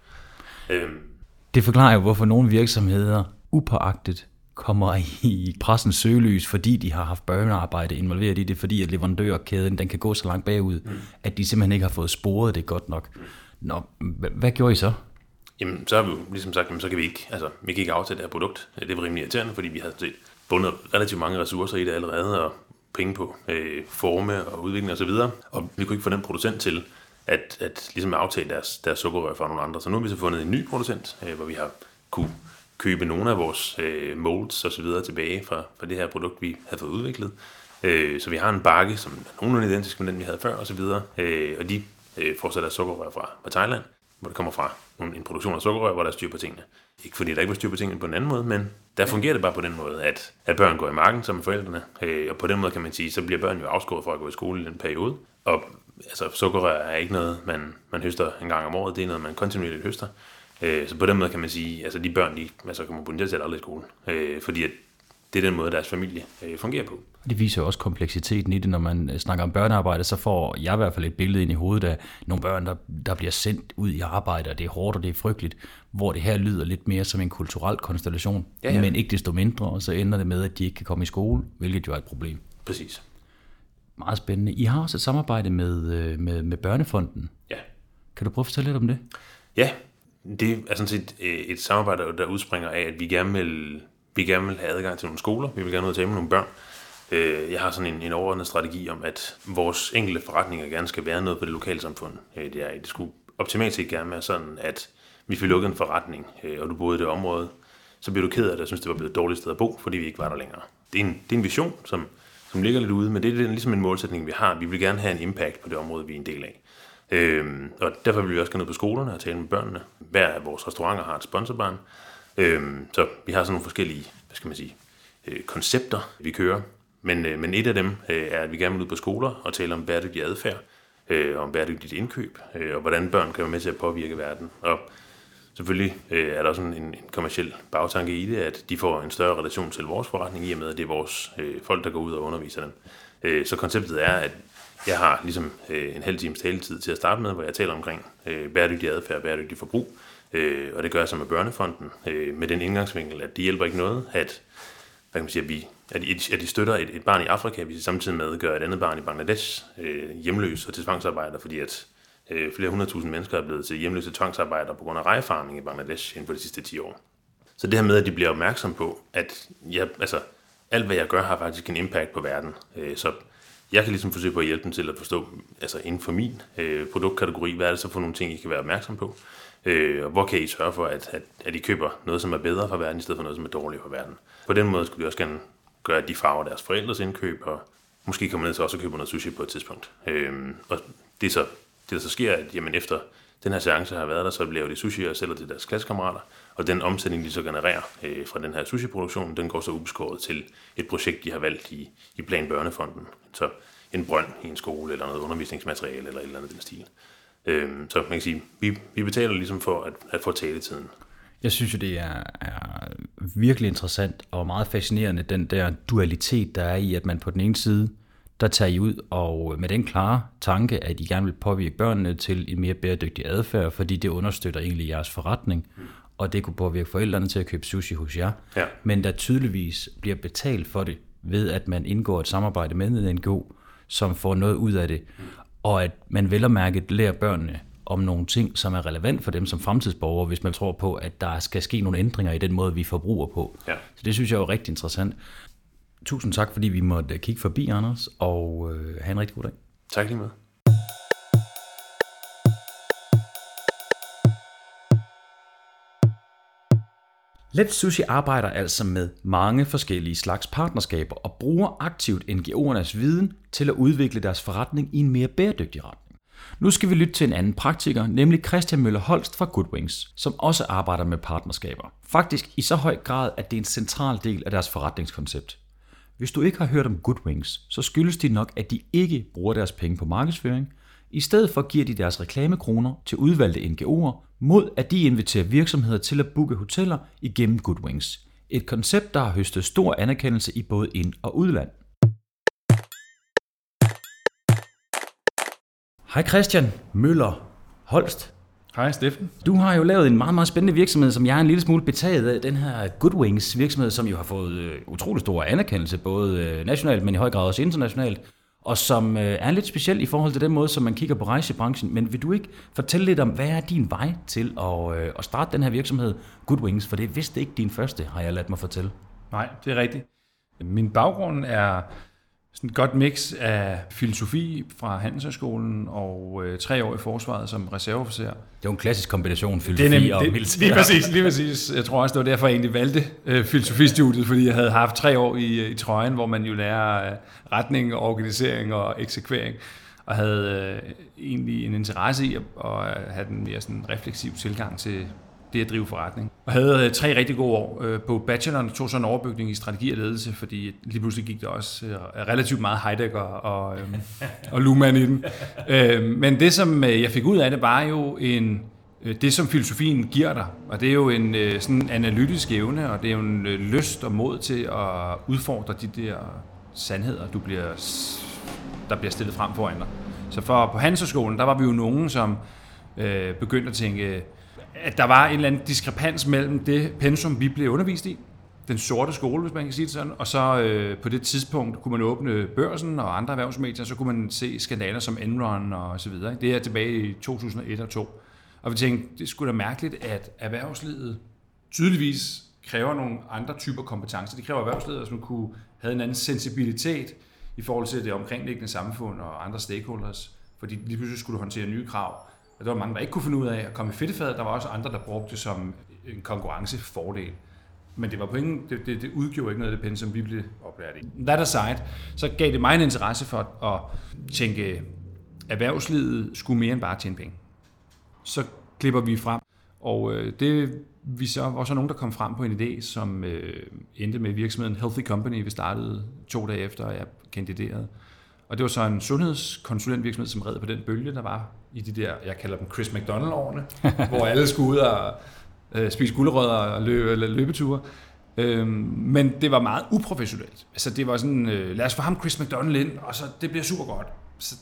Det forklarer jo, hvorfor nogle virksomheder upåagtet kommer i pressens søgelys, fordi de har haft børnearbejde involveret i det, fordi at leverandørkæden den kan gå så langt bagud, at de simpelthen ikke har fået sporet det godt nok. Nå, hvad gjorde I så? Jamen, så har vi jo ligesom sagt, så kan vi kan ikke aftale det her produkt. Det var rimelig irriterende, fordi vi havde set bundet relativt mange ressourcer i det allerede, og penge på forme og udvikling og så videre. Og vi kunne ikke få den producent til at ligesom aftale deres sukkerrør fra nogle andre. Så nu har vi så fundet en ny producent, hvor vi har kunne købe nogle af vores molds og så videre tilbage fra det her produkt, vi havde fået udviklet. Så vi har en bakke, som er nogenlunde identisk med den, vi havde før og så videre. Og de får så deres sukkerrør fra Thailand, hvor det kommer fra en produktion af sukkerrør, hvor der er styr på tingene. Ikke fordi der ikke var styr på tingene på en anden måde, men der fungerer det bare på den måde, at børn går i marken sammen med forældrene, og på den måde kan man sige, så bliver børn jo afskåret fra at gå i skole i den periode. Og sukkerrør er ikke noget, man høster en gang om året, det er noget, man kontinuerligt høster. Så på den måde kan man sige, de børn, de kommer potentielt aldrig i skole, fordi at det er den måde, deres familie fungerer på. Det viser jo også kompleksiteten i det, når man snakker om børnearbejde, så får jeg i hvert fald et billede ind i hovedet af nogle børn, der bliver sendt ud i arbejde, og det er hårdt, og det er frygteligt, hvor det her lyder lidt mere som en kulturel konstellation, ja. Men ikke desto mindre, og så ender det med, at de ikke kan komme i skole, hvilket jo er et problem. Præcis. Meget spændende. I har også et samarbejde med Børnefonden. Ja. Kan du prøve at fortælle lidt om det? Ja, det er sådan set et samarbejde, der udspringer af, at vi gerne vil have adgang til nogle skoler. Vi vil gerne ud og tale med nogle børn. Jeg har sådan en overordnet strategi om, at vores enkelte forretninger gerne skal være noget på det lokale samfund. Det skulle optimalt set gerne være sådan, at hvis vi lukkede en forretning, og du boede i det område, så bliver du ked af det, og synes, det var blevet et dårligt sted at bo, fordi vi ikke var der længere. Det er en vision, som ligger lidt ude, men det er ligesom en målsætning, vi har. Vi vil gerne have en impact på det område, vi er en del af. Og derfor vil vi også gå ned på skolerne og tale med børnene. Hver af vores restauranter har et sponsorbarn. Så vi har sådan nogle forskellige, koncepter, vi kører. Men et af dem er, at vi gerne vil ud på skoler og tale om bæredygtig adfærd. om bæredygtigt indkøb, og hvordan børn kan være med til at påvirke verden. Og selvfølgelig er der også en kommerciel bagtanke i det, at de får en større relation til vores forretning, i og med, at det er vores folk, der går ud og underviser dem. Så konceptet er, at jeg har ligesom en halv times taletid til at starte med, hvor jeg taler omkring bæredygtig adfærd og bæredygtig forbrug, og det gør jeg så med Børnefonden, med den indgangsvinkel, at det hjælper ikke noget, at hvad kan man sige, at de støtter et barn i Afrika, hvis de samtidig med gør et andet barn i Bangladesh hjemløs og til tvangsarbejder, fordi at flere 100.000 mennesker er blevet til hjemløse tvangsarbejder på grund af rejefarming i Bangladesh inden for de sidste 10 år. Så det her med, at de bliver opmærksom på, at alt hvad jeg gør, har faktisk en impact på verden. Så jeg kan ligesom forsøge på at hjælpe dem til at forstå, inden for min produktkategori, hvad er det så for nogle ting, I kan være opmærksom på? Og hvor kan I sørge for, at I køber noget, som er bedre for verden, i stedet for noget, som er dårligere for verden? På den måde skulle de også gerne gøre, at de farver deres forældres indkøb, og måske kommer ned til også at købe noget sushi på et tidspunkt. Og det der så sker, at jamen, efter den her seance har været der, så bliver det sushi og sælger til deres klassekammerater, og den omsætning, de så genererer fra den her sushi-produktion, den går så ubeskåret til et projekt, de har valgt i Plan Børnefonden. Så en brønd i en skole, eller noget undervisningsmateriale, eller et eller andet den stil. Så man kan sige, vi betaler ligesom for at få taletiden. Jeg synes jo, det er virkelig interessant og meget fascinerende, den der dualitet, der er i, at man på den ene side, der tager I ud og med den klare tanke, at I gerne vil påvirke børnene til en mere bæredygtig adfærd, fordi det understøtter egentlig jeres forretning, og det kunne påvirke forældrene til at købe sushi hos jer. Ja. Men der tydeligvis bliver betalt for det, ved at man indgår et samarbejde med en NGO, som får noget ud af det, og at man vel og mærket lærer børnene om nogle ting, som er relevant for dem som fremtidsborgere, hvis man tror på, at der skal ske nogle ændringer i den måde, vi forbruger på. Ja. Så det synes jeg er jo rigtig interessant. Tusind tak, fordi vi måtte kigge forbi, Anders, og have en rigtig god dag. Tak lige med. Let's Sushi arbejder altså med mange forskellige slags partnerskaber og bruger aktivt NGO'ernes viden til at udvikle deres forretning i en mere bæredygtig retning. Nu skal vi lytte til en anden praktiker, nemlig Christian Møller Holst fra Goodwings, som også arbejder med partnerskaber. Faktisk i så høj grad, at det er en central del af deres forretningskoncept. Hvis du ikke har hørt om Goodwings, så skyldes de nok, at de ikke bruger deres penge på markedsføring. I stedet for giver de deres reklamekroner til udvalgte NGO'er, mod at de inviterer virksomheder til at booke hoteller igennem Goodwings. Et koncept, der har høstet stor anerkendelse i både ind- og udland. Hej Christian Møller Holst. Hej Steffen. Du har jo lavet en meget, meget spændende virksomhed, som jeg er en lille smule betaget af. Den her Goodwings virksomhed, som jo har fået utrolig stor anerkendelse, både nationalt, men i høj grad også internationalt. Og som er lidt speciel i forhold til den måde, som man kigger på rejsebranchen. Men vil du ikke fortælle lidt om, hvad er din vej til at starte den her virksomhed Goodwings? For det er vist ikke din første, har jeg ladt mig fortælle. Nej, det er rigtigt. Min baggrund er sådan et godt mix af filosofi fra Handelshøjskolen og 3 år i forsvaret som reserveofficer. Det er jo en klassisk kombination, filosofi og militær. Lige præcis. Jeg tror også, det var derfor, jeg egentlig valgte filosofistudiet, fordi jeg havde haft 3 år i trøjen, hvor man jo lærer retning, organisering og eksekvering, og havde egentlig en interesse i at have den mere sådan refleksiv tilgang til det at drive forretning. Og havde 3 rigtig gode år. På bacheloren tog så en overbygning i strategi og ledelse, fordi lige pludselig gik der også relativt meget Heidegger og Luhmann i den. Men det, som jeg fik ud af det, var jo det, som filosofien giver dig. Og det er jo en sådan analytisk evne, og det er jo en lyst og mod til at udfordre de der sandheder, der bliver stillet frem foran dig. Så på Handelshøjskolen, der var vi jo nogen, som begyndte at tænke, at der var en eller anden diskrepans mellem det pensum, vi blev undervist i, den sorte skole, hvis man kan sige det sådan, og så på det tidspunkt kunne man åbne Børsen og andre erhvervsmedier, så kunne man se skandaler som Enron og så videre. Det er tilbage i 2001 og 2002. Og vi tænkte, det skulle da mærkeligt, at erhvervslivet tydeligvis kræver nogle andre typer kompetencer. Det kræver erhvervslivet, som kunne have en anden sensibilitet i forhold til det omkringliggende samfund og andre stakeholders, fordi lige pludselig skulle du håndtere nye krav. Og der var mange, der ikke kunne finde ud af at komme i fedtefadet. Der var også andre, der brugte det som en konkurrencefordel. Men det var på ingen, det udgjorde ikke noget af det pensum, vi blev oplært i. That aside, så gav det mig en interesse for at tænke, erhvervslivet skulle mere end bare tjene penge. Så klipper vi frem, og det vi så var så nogen, der kom frem på en idé, som endte med virksomheden Healthy Company. Vi startede 2 dage efter, jeg kandiderede. Og det var så en sundhedskonsulentvirksomhed, som red på den bølge, der var i de der, jeg kalder dem Chris McDonald-årene, hvor alle skulle ud og spise gulerødder og løbeture. Men det var meget uprofessionelt. Altså det var sådan, lad os få ham Chris McDonald ind, og så det bliver super godt. Så,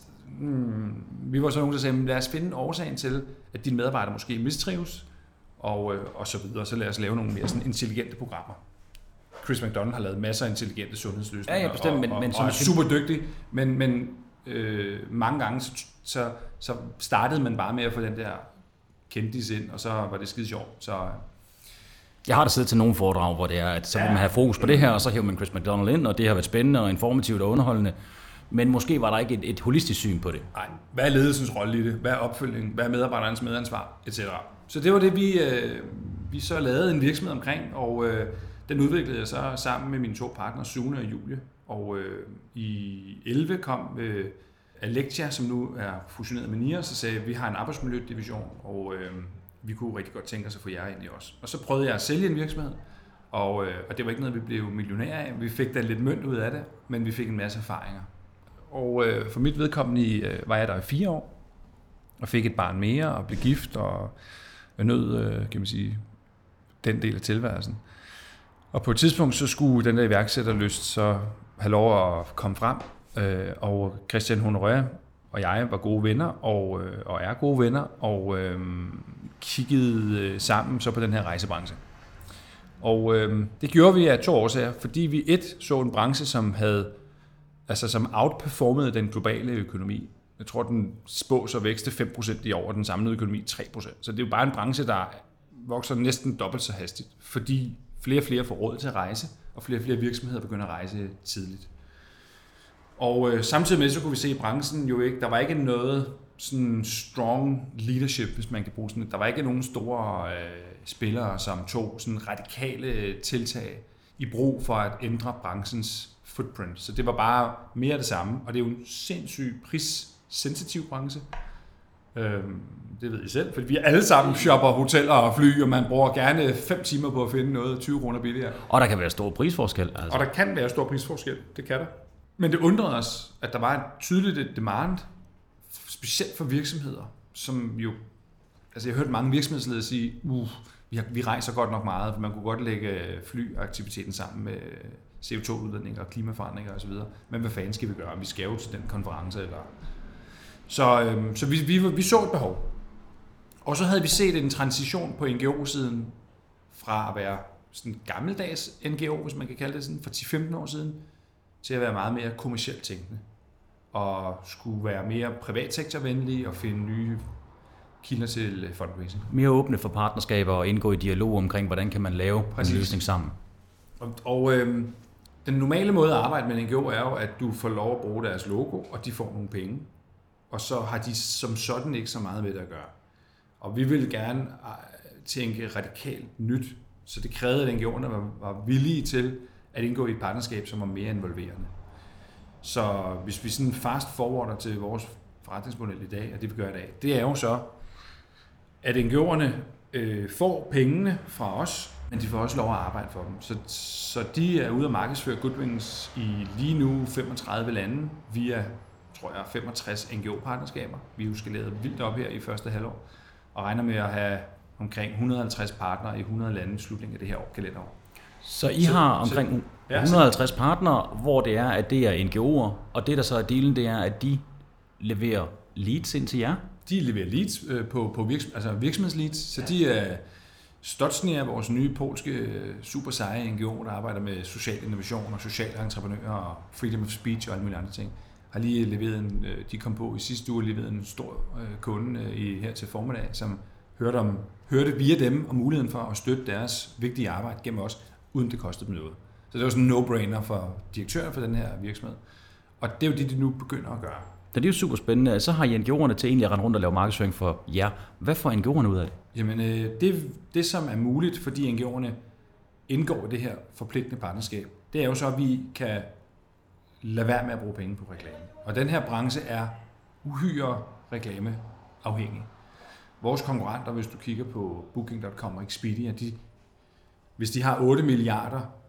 vi var så nogen, der sagde, lad os finde årsagen til, at dine medarbejdere måske mistrives, og så videre. Så lad os lave nogle mere sådan intelligente programmer. Chris McDonald har lavet masser af intelligente sundhedsløsninger, ja, bestemt, men og er super dygtig, men mange gange så startede man bare med at få den der kendis ind, og så var det skide sjovt. Så jeg har da siddet til nogle foredrag, hvor det er, at så vil man have fokus på det her, og så hæver man Chris McDonald ind, og det har været spændende og informativt og underholdende. Men måske var der ikke et holistisk syn på det. Nej, hvad er ledelsens rolle i det? Hvad er opfølgning? Hvad er medarbejderens medansvar? Etc. Så det var det, vi så lavede en virksomhed omkring, og den udviklede jeg så sammen med mine 2 partnere, Sune og Julie. Og i 11 kom Alexia, som nu er fusioneret med NIA, så sagde vi har en arbejdsmiljødivision, og vi kunne rigtig godt tænke os at få jer ind i os. Og så prøvede jeg at sælge en virksomhed, og det var ikke noget, vi blev millionærer af. Vi fik da lidt mønt ud af det, men vi fik en masse erfaringer. Og for mit vedkommende var jeg der i 4 år, og fik et barn mere, og blev gift, og nød, kan man sige, den del af tilværelsen. Og på et tidspunkt, så skulle den der iværksætterlyst så have lov at komme frem, og Christian Honoré og jeg var gode venner, og er gode venner, og kiggede sammen så på den her rejsebranche. Og det gjorde vi af 2 årsager, fordi vi så en branche, som som outperformede den globale økonomi. Jeg tror, den spås at vækste 5% i år, og den samlede økonomi 3%. Så det er jo bare en branche, der vokser næsten dobbelt så hastigt, fordi flere og flere får råd til at rejse, og flere og flere virksomheder begynder at rejse tidligt. Og samtidig med så kunne vi se, at branchen jo ikke, der var ikke noget sådan strong leadership, hvis man kan bruge sådan. Der var ikke nogen store spillere, som tog sådan radikale tiltag i brug for at ændre branchens footprint. Så det var bare mere det samme, og det er jo en sindssygt prissensitiv branche. Det ved I selv, fordi vi alle sammen shopper hoteller og fly, og man bruger gerne 5 timer på at finde noget 20 kroner billigere. Og der kan være stor prisforskel. Altså. Og der kan være stor prisforskel, det kan der. Men det undrede os, at der var et tydeligt demand, specielt for virksomheder, som jo, altså jeg har hørt mange virksomhedsledere sige, vi rejser godt nok meget, for man kunne godt lægge flyaktiviteten sammen med CO2-udledninger og klimaforandringer osv. Men hvad fanden skal vi gøre? Vi skal jo til den konference. Så vi så et behov. Og så havde vi set en transition på NGO-siden fra at være sådan gammeldags NGO, hvis man kan kalde det sådan, for 10-15 år siden, til at være meget mere kommercielt tænkende. Og skulle være mere privatsektorvenlige og finde nye kilder til fundraising. Mere åbne for partnerskaber og indgå i dialog omkring, hvordan kan man lave en løsning sammen. Og den normale måde at arbejde med en NGO er jo, at du får lov at bruge deres logo, og de får nogle penge. Og så har de som sådan ikke så meget med det at gøre. Og vi vil gerne tænke radikalt nyt, så det krævede, at NGO'erne var villige til at indgå i et partnerskab, som var mere involverende. Så hvis vi sådan fast forwarder til vores forretningsmodel i dag, og det vi gør i dag, det er jo så, at NGO'erne får pengene fra os, men de får også lov at arbejde for dem. Så de er ude at markedsføre Goodwings i lige nu 35 lande via, tror jeg, 65 NGO-partnerskaber. Vi er jo skaleret vildt op her i første halvår, og regner med at have omkring 150 partnere i 100 lande i slutningen af det her kalenderår. Så I har omkring 150 partnere, hvor det er, at det er NGO'er, og det der så er dealen, det er, at de leverer leads ind til jer? De leverer leads på virksomhedsleads, så de er Stoczny er vores nye polske super seje NGO, der arbejder med social innovation og sociale entreprenører og freedom of speech og alle mulige andre ting. Har lige leveret de kom på i sidste uge, leveret en stor kunde her til formiddag, som hørte via dem om muligheden for at støtte deres vigtige arbejde gennem os, uden det kostede dem noget. Så det var sådan en no-brainer for direktøren for den her virksomhed. Og det er jo det, de nu begynder at gøre. Det er jo super spændende. Så har I NGO'erne til egentlig at rende rundt og lave markedsføring for jer. Hvad får NGO'erne ud af det? Jamen, det som er muligt, fordi NGO'erne indgår i det her forpligtende partnerskab, det er jo så, at vi kan lade være med at bruge penge på reklame. Og den her branche er uhyre reklameafhængig. Vores konkurrenter, hvis du kigger på Booking.com og Expedia, hvis de har 8 milliarder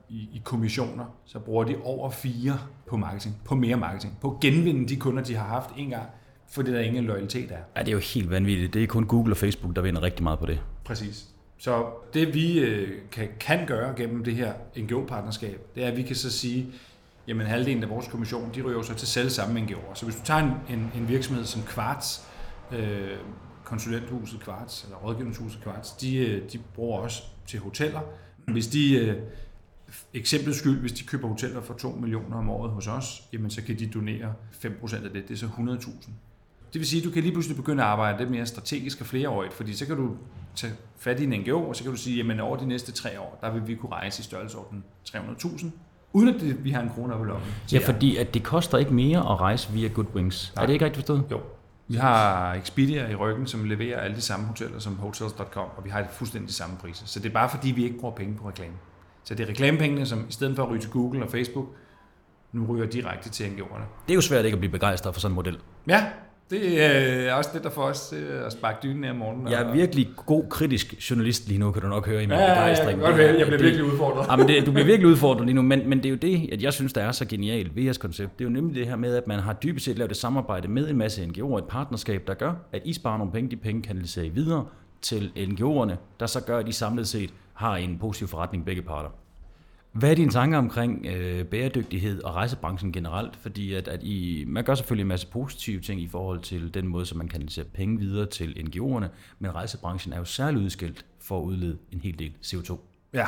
i kommissioner, så bruger de over 4 på marketing, på mere marketing, på at genvinde de kunder, de har haft en gang, fordi der ingen loyalitet er. Ja, det er jo helt vanvittigt. Det er kun Google og Facebook, der vinder rigtig meget på det. Præcis. Så det vi kan gøre gennem det her NGO-partnerskab, det er, at vi kan så sige, jamen halvdelen af vores kommission, de ryger så til selv samme NGO'er. Så hvis du tager en virksomhed som Quartz, konsulenthuset Quartz, eller rådgivningshuset Quartz, de bruger også til hoteller. Hvis de, eksempelvis skyld, hvis de køber hoteller for 2 millioner om året hos os, jamen så kan de donere 5% af det, det er så 100.000. Det vil sige, at du kan lige pludselig begynde at arbejde lidt mere strategisk og flereårigt, fordi så kan du tage fat i en NGO, og så kan du sige, jamen over de næste 3 år, der vil vi kunne rejse i størrelsesorden 300.000, uden at vi har en krone op i lommen. Ja, fordi at det koster ikke mere at rejse via Goodwings. Nej. Er det ikke rigtigt forstået? Jo. Vi har Expedia i ryggen, som leverer alle de samme hoteller som Hotels.com, og vi har fuldstændig de samme priser. Så det er bare fordi, vi ikke bruger penge på reklame. Så det er reklamepengene, som i stedet for at ryge til Google og Facebook, nu ryger direkte til NGO'erne. Det er jo svært ikke at blive begejstret for sådan en model. Ja, det er også det, der får os at sparke dynen her om morgenen. Jeg er virkelig god kritisk journalist lige nu, kan du nok høre i min begejstring. Jeg bliver virkelig udfordret. Ja, men du bliver virkelig udfordret lige nu, men det er jo det, at jeg synes, der er så genialt ved jeres koncept. Det er jo nemlig det her med, at man har dybest set lavet et samarbejde med en masse NGO'er, et partnerskab, der gør, at I sparer nogle penge, de penge kanaliserer I videre til NGO'erne, der så gør, at I samlet set har en positiv forretning begge parter. Hvad er dine tanker omkring bæredygtighed og rejsebranchen generelt? Fordi man gør selvfølgelig en masse positive ting i forhold til den måde, som man kan sætte penge videre til NGO'erne, men rejsebranchen er jo særligt udskilt for at udlede en hel del CO2. Ja,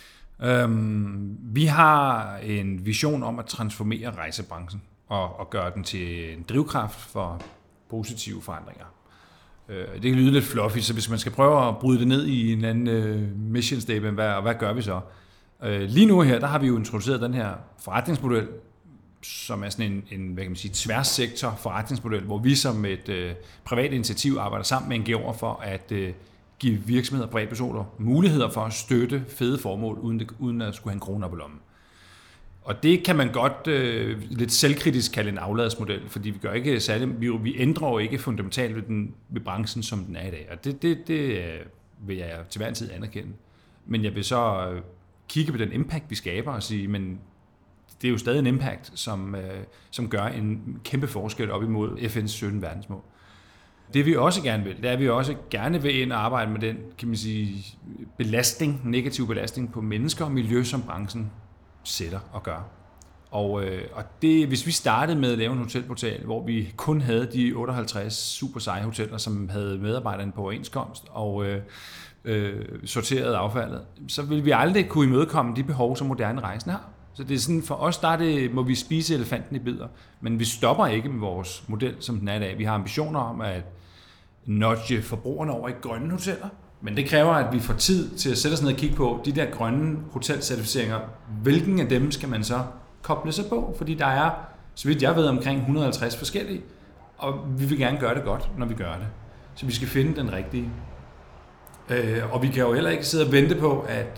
vi har en vision om at transformere rejsebranchen og gøre den til en drivkraft for positive forandringer. Det kan lyde lidt fluffy, så hvis man skal prøve at bryde det ned i en anden mission statement, hvad gør vi så? Lige nu her, der har vi jo introduceret den her forretningsmodel, som er sådan en hvad kan man sige, tværssektor forretningsmodel, hvor vi som et privat initiativ arbejder sammen med NGO'er for at give virksomheder og privatpersoner muligheder for at støtte fede formål, uden at skulle have en krone op i lommen. Og det kan man godt lidt selvkritisk kalde en afladsmodel, fordi vi gør ikke særlig, vi ændrer jo ikke fundamentalt ved branchen, som den er i dag. Og det vil jeg til hver en tid anerkende. Men jeg vil så kigge på den impact, vi skaber, og sige, men det er jo stadig en impact, som gør en kæmpe forskel op imod FN's 17 verdensmål. Det vi også gerne vil, det er, at vi også gerne vil ind og arbejde med den, kan man sige, negativ belastning på mennesker og miljø, som branchen sætter og gør. Og det, hvis vi startede med at lave en hotelportal, hvor vi kun havde de 58 super seje hoteller, som havde medarbejderne på overenskomst og sorteret affaldet, så vil vi aldrig kunne imødekomme de behov, som moderne rejsende har. Så det er sådan, for os må vi spise elefanten i bidder, men vi stopper ikke med vores model, som den er i dag. Vi har ambitioner om at nudge forbrugerne over i grønne hoteller, men det kræver, at vi får tid til at sætte os ned og kigge på de der grønne hotelcertificeringer. Hvilken af dem skal man så koble sig på? Fordi der er, så vidt jeg ved, omkring 150 forskellige, og vi vil gerne gøre det godt, når vi gør det. Så vi skal finde den rigtige. Og vi kan jo heller ikke sidde og vente på, at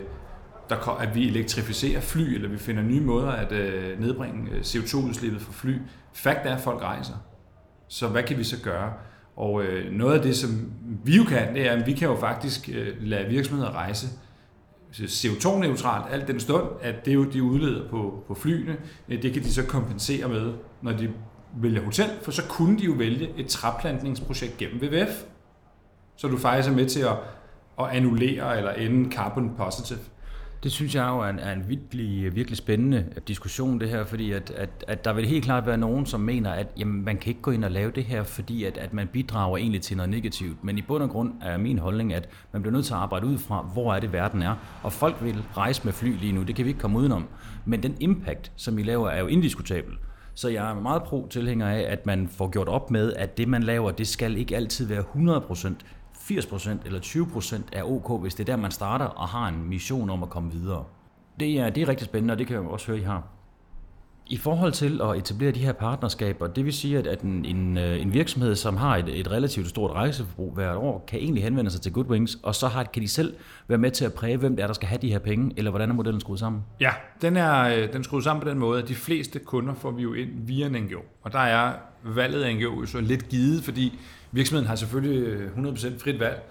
vi elektrificerer fly, eller vi finder nye måder at nedbringe CO2-udslippet fra fly. Fakt er, at folk rejser. Så hvad kan vi så gøre? Og noget af det, som vi jo kan, det er, at vi kan jo faktisk lade virksomheder rejse CO2-neutralt, alt den stund, at det jo de udleder på flyene, det kan de så kompensere med, når de vælger hotel, for så kunne de jo vælge et træplantningsprojekt gennem WWF, så du faktisk er med til at annullere eller ende carbon positive. Det synes jeg jo er en virkelig spændende diskussion, det her, fordi at der vil helt klart være nogen, som mener, at jamen, man kan ikke gå ind og lave det her, fordi at man bidrager egentlig til noget negativt. Men i bund og grund er min holdning, at man bliver nødt til at arbejde ud fra, hvor er det verden er. Og folk vil rejse med fly lige nu, det kan vi ikke komme udenom. Men den impact, som I laver, er jo indiskutabel. Så jeg er meget pro-tilhænger af, at man får gjort op med, at det man laver, det skal ikke altid være 100%. 80% eller 20% er ok, hvis det er der, man starter og har en mission om at komme videre. Det er rigtig spændende, og det kan jeg også høre, I har. I forhold til at etablere de her partnerskaber, det vil sige, at en virksomhed, som har et relativt stort rejseforbrug hvert år, kan egentlig henvende sig til Goodwings, og så kan de selv være med til at præge, hvem det er, der skal have de her penge, eller hvordan er modellen skruet sammen? Ja, den er skruet sammen på den måde, at de fleste kunder får vi jo ind via en NGO, og der er valget af NGO så lidt givet, fordi virksomheden har selvfølgelig 100% frit valg,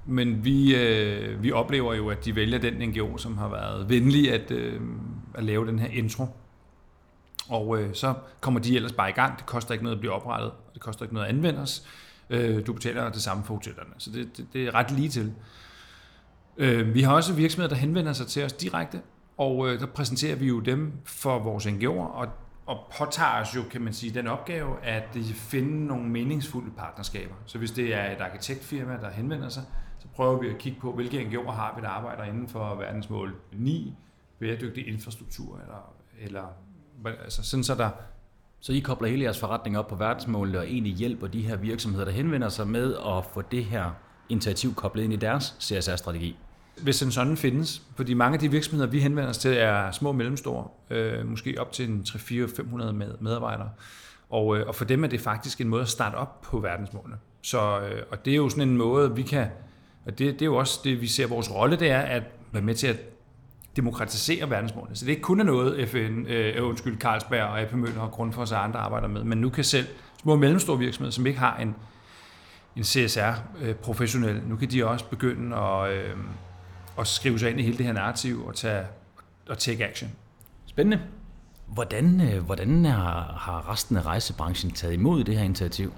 Men vi oplever jo, at de vælger den NGO, som har været venlig at lave den her intro. Og så kommer de ellers bare i gang. Det koster ikke noget at blive oprettet, og det koster ikke noget at anvende os. Du betaler det samme for hotellerne, så det er ret lige til. Vi har også virksomheder, der henvender sig til os direkte, og der præsenterer vi jo dem for vores NGO'er, og påtager os jo, kan man sige, den opgave, at finde nogle meningsfulde partnerskaber. Så hvis det er et arkitektfirma, der henvender sig, så prøver vi at kigge på, hvilke NGO'er har vi, der arbejder inden for verdensmål 9, bæredygtig infrastruktur, eller altså sådan så der... Så I kobler hele jeres forretning op på verdensmålene, og egentlig hjælper de her virksomheder, der henvender sig med at få det her initiativ koblet ind i deres CSR-strategi? Hvis en sådan findes, fordi mange af de virksomheder, vi henvender os til, er små og mellemstore, måske op til 300-500 medarbejdere. Og for dem er det faktisk en måde at starte op på verdensmålene. Og det er jo sådan en måde, vi kan, og det er jo også det, vi ser vores rolle, det er at være med til at demokratisere verdensmålene. Så det er ikke kun noget, Carlsberg og AP Møller og Grundfos og andre arbejder med, men nu kan selv små og mellemstore virksomheder, som ikke har en CSR-professionel, nu kan de også begynde at skrive sig ind i hele det her narrativ og take action. Spændende. Hvordan har resten af rejsebranchen taget imod det her initiativ?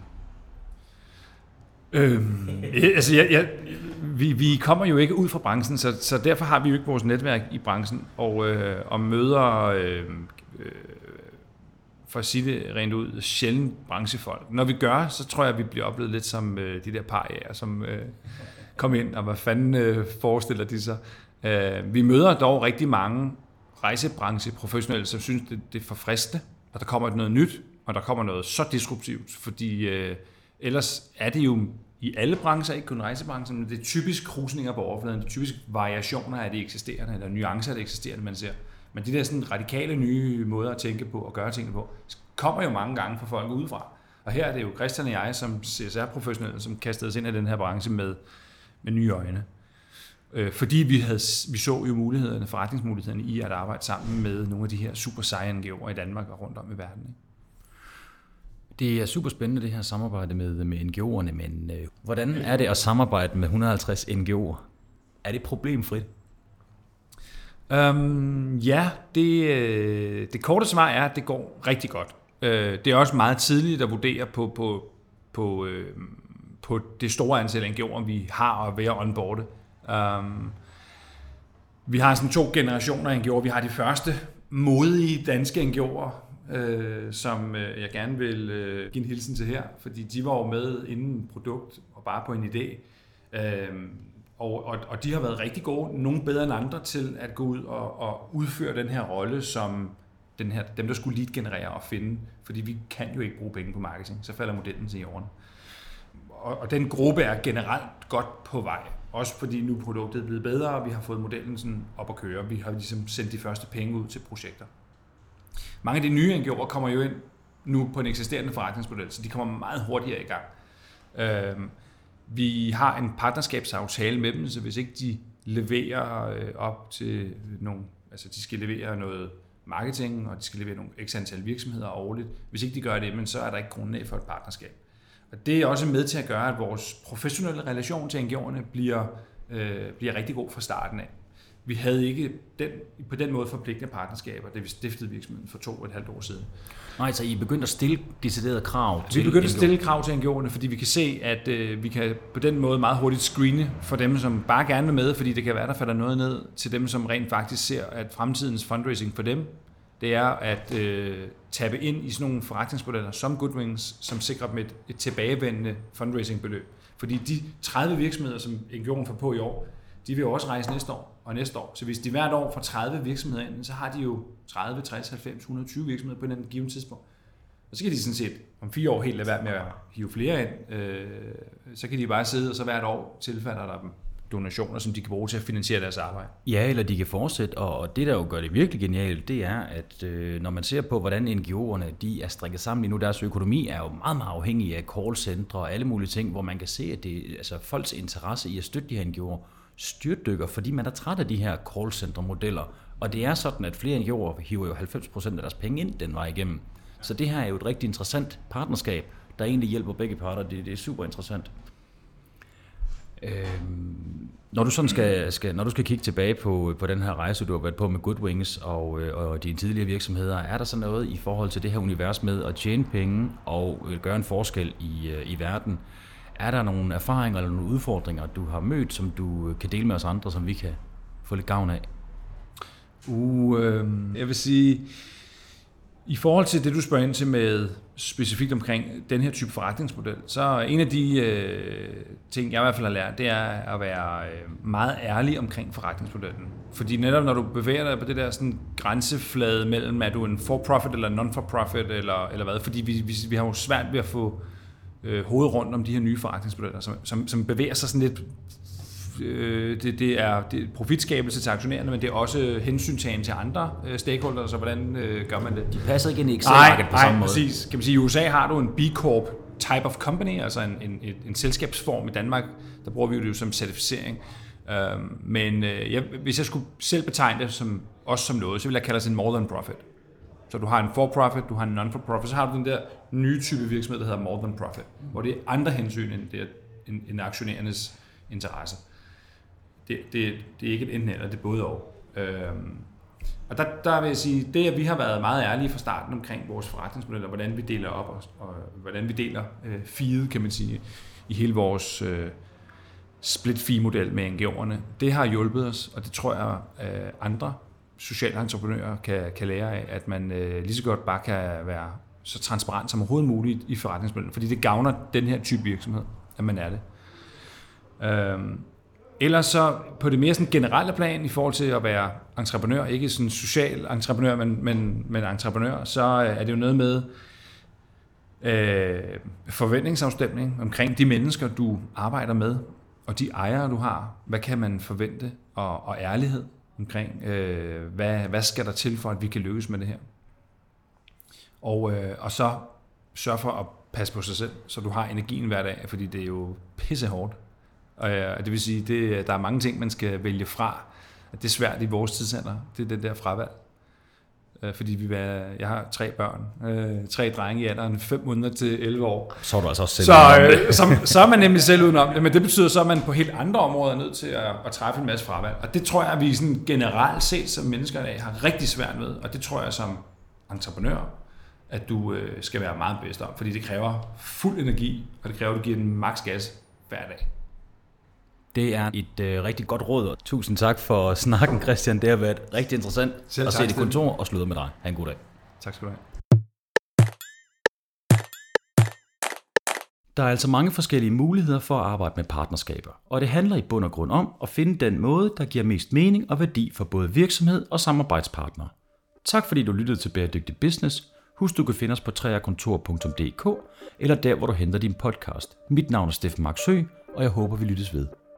Vi kommer jo ikke ud fra branchen, så derfor har vi jo ikke vores netværk i branchen, og møder, for at sige det rent ud, sjældent branchefolk. Når vi gør, så tror jeg, at vi bliver oplevet lidt som de der pariaer, som kom ind, og hvad fanden forestiller de sig. Vi møder dog rigtig mange rejsebrancheprofessionelle, som synes, det er forfriskende, og der kommer noget nyt, og der kommer noget så disruptivt, fordi ellers er det jo i alle brancher, ikke kun rejsebranchen, men det er typisk krusninger på overfladen, det er typisk variationer af det eksisterende, eller nuancer af det eksisterende, man ser. Men de der sådan radikale nye måder at tænke på og gøre tingene på, kommer jo mange gange fra folk udefra. Og her er det jo Christian og jeg som CSR-professionelle, som kastede os ind i den her branche med nye øjne. Fordi vi så jo forretningsmulighederne i at arbejde sammen med nogle af de her super seje NGO'er i Danmark og rundt om i verden. Ikke? Det er super spændende, det her samarbejde med NGO'erne, men hvordan er det at samarbejde med 150 NGO'er? Er det problemfrit? Ja, det korte svar er, at det går rigtig godt. Det er også meget tidligt at vurdere på det store antal NGO'er, vi har og ved at onboarde. Vi har sådan 2 generationer af NGO'er. Vi har de første modige danske NGO'er, som jeg gerne vil give en hilsen til her, fordi de var jo med inden produkt og bare på en idé. Og de har været rigtig gode, nogle bedre end andre, til at gå ud og udføre den her rolle som dem, der skulle lead-generere og finde, fordi vi kan jo ikke bruge penge på marketing, så falder modellen til jorden. Og den gruppe er generelt godt på vej, også fordi nu produktet er blevet bedre, og vi har fået modellen sådan op at køre. Vi har ligesom sendt de første penge ud til projekter. Mange af de nye NGO'er kommer jo ind nu på en eksisterende forretningsmodel, så de kommer meget hurtigere i gang. Vi har en partnerskabsaftale med dem, så hvis ikke de leverer op til nogle, altså de skal levere noget marketing, og de skal levere nogle x antal virksomheder årligt. Hvis ikke de gør det, men så er der ikke grundlag for et partnerskab. Og det er også med til at gøre, at vores professionelle relation til NGO'erne bliver rigtig god fra starten af. Vi havde ikke på den måde forpligtende partnerskaber, da vi stiftede virksomheden for 2,5 år siden. Nej, så I begyndte at stille deciderede krav til NGO'erne? Vi begyndte at stille krav til NGO'erne, fordi vi kan se, at vi kan på den måde meget hurtigt screene for dem, som bare gerne vil med, fordi det kan være, der falder noget ned, til dem, som rent faktisk ser, at fremtidens fundraising for dem, det er at tappe ind i sådan nogle forretningsmodeller som Goodwings, som sikrer dem et tilbagevendende fundraisingbeløb. Fordi de 30 virksomheder, som NGO'en får på i år, de vil jo også rejse næste år og næste år. Så hvis de hvert år får 30 virksomheder ind, så har de jo 30, 60, 90, 120 virksomheder på en given tidspunkt. Og så kan de sådan set om 4 år helt lade være med at hive flere ind. Så kan de bare sidde, og så hvert år tilfalder der dem donationer, som de kan bruge til at finansiere deres arbejde. Ja, eller de kan fortsætte, og det der jo gør det virkelig genialt, det er, at når man ser på, hvordan NGO'erne de er strikket sammen lige nu, deres økonomi er jo meget, meget afhængig af callcentre og alle mulige ting, hvor man kan se, at det, altså folks interesse i at støtte de her NGO'er styrtdykker, fordi man er træt af de her callcenter-modeller, og det er sådan, at flere NGO'er hiver jo 90% af deres penge ind den vej igennem. Så det her er jo et rigtig interessant partnerskab, der egentlig hjælper begge parter. Det er super interessant. Når du sådan når du skal kigge tilbage på den her rejse, du har været på med Goodwings og dine tidligere virksomheder, er der så noget i forhold til det her univers med at tjene penge og gøre en forskel i verden? Er der nogle erfaringer eller nogle udfordringer, du har mødt, som du kan dele med os andre, som vi kan få lidt gavn af? Jeg vil sige, i forhold til det, du spørger ind til med specifikt omkring den her type forretningsmodel, så en af de ting, jeg i hvert fald har lært, det er at være meget ærlig omkring forretningsmodellen. Fordi netop når du bevæger dig på det der sådan grænseflade mellem, er du en for-profit eller non-for-profit eller hvad, fordi vi har jo svært ved at få hovedet rundt om de her nye forretningsmodeller, som bevæger sig sådan lidt. Det er profitskabelse til aktionærerne, men det er også hensyntagen til andre stakeholders, så hvordan gør man det? De passer ikke ind i Excel-markedet på samme måde. Præcis. Kan man sige, i USA har du en B Corp type of company, altså en selskabsform. I Danmark, der bruger vi det jo som certificering. Men hvis jeg skulle selv betegne det som noget, så vil jeg kalde det en more than profit. Så du har en for-profit, du har en non-for-profit, så har du den der nye type virksomhed, der hedder more than profit, hvor det er andre hensyn end aktionærernes interesse. Det er ikke et enten eller, det er både og. Og der vil jeg sige, det at vi har været meget ærlige fra starten omkring vores forretningsmodeller, hvordan vi deler op og hvordan vi deler feedet, kan man sige, i hele vores split-fee-model med NGO'erne, det har hjulpet os, og det tror jeg andre sociale entreprenører kan lære af, at man lige så godt bare kan være så transparent som overhovedet muligt i forretningsmodellen, fordi det gavner den her type virksomhed, at man er det. Ellers så på det mere sådan generelle plan i forhold til at være entreprenør, ikke sådan social entreprenør, men entreprenør, så er det jo noget med forventningsafstemning omkring de mennesker, du arbejder med, og de ejere, du har. Hvad kan man forvente? Og ærlighed omkring, hvad skal der til for, at vi kan lykkes med det her? Og så sørge for at passe på sig selv, så du har energien hver dag, fordi det er jo pissehårdt. Og det vil sige, der er mange ting, man skal vælge fra. Det er svært i vores tidsalder. Det er det der fravalg. Fordi jeg har 3 børn. 3 drenge i alderen 5 måneder til 11 år. Så er du altså også selv så er man nemlig selv udenom det. Men det betyder så, at man på helt andre områder er nødt til at træffe en masse fravalg. Og det tror jeg, at vi sådan generelt set som mennesker i dag har rigtig svært med. Og det tror jeg som entreprenør, at du skal være meget bevidst om. Fordi det kræver fuld energi, og det kræver, at du giver den maks gas hver dag. Det er et rigtig godt råd. Tusind tak for snakken, Christian. Det har været rigtig interessant at se dit kontor og slutte med dig. Ha' en god dag. Tak skal du have. Der er altså mange forskellige muligheder for at arbejde med partnerskaber, og det handler i bund og grund om at finde den måde, der giver mest mening og værdi for både virksomhed og samarbejdspartnere. Tak fordi du lyttede til Bæredygtig Business. Husk, du kan finde os på treakontor.dk eller der, hvor du henter din podcast. Mit navn er Steffen Marksø, og jeg håber, vi lyttes ved.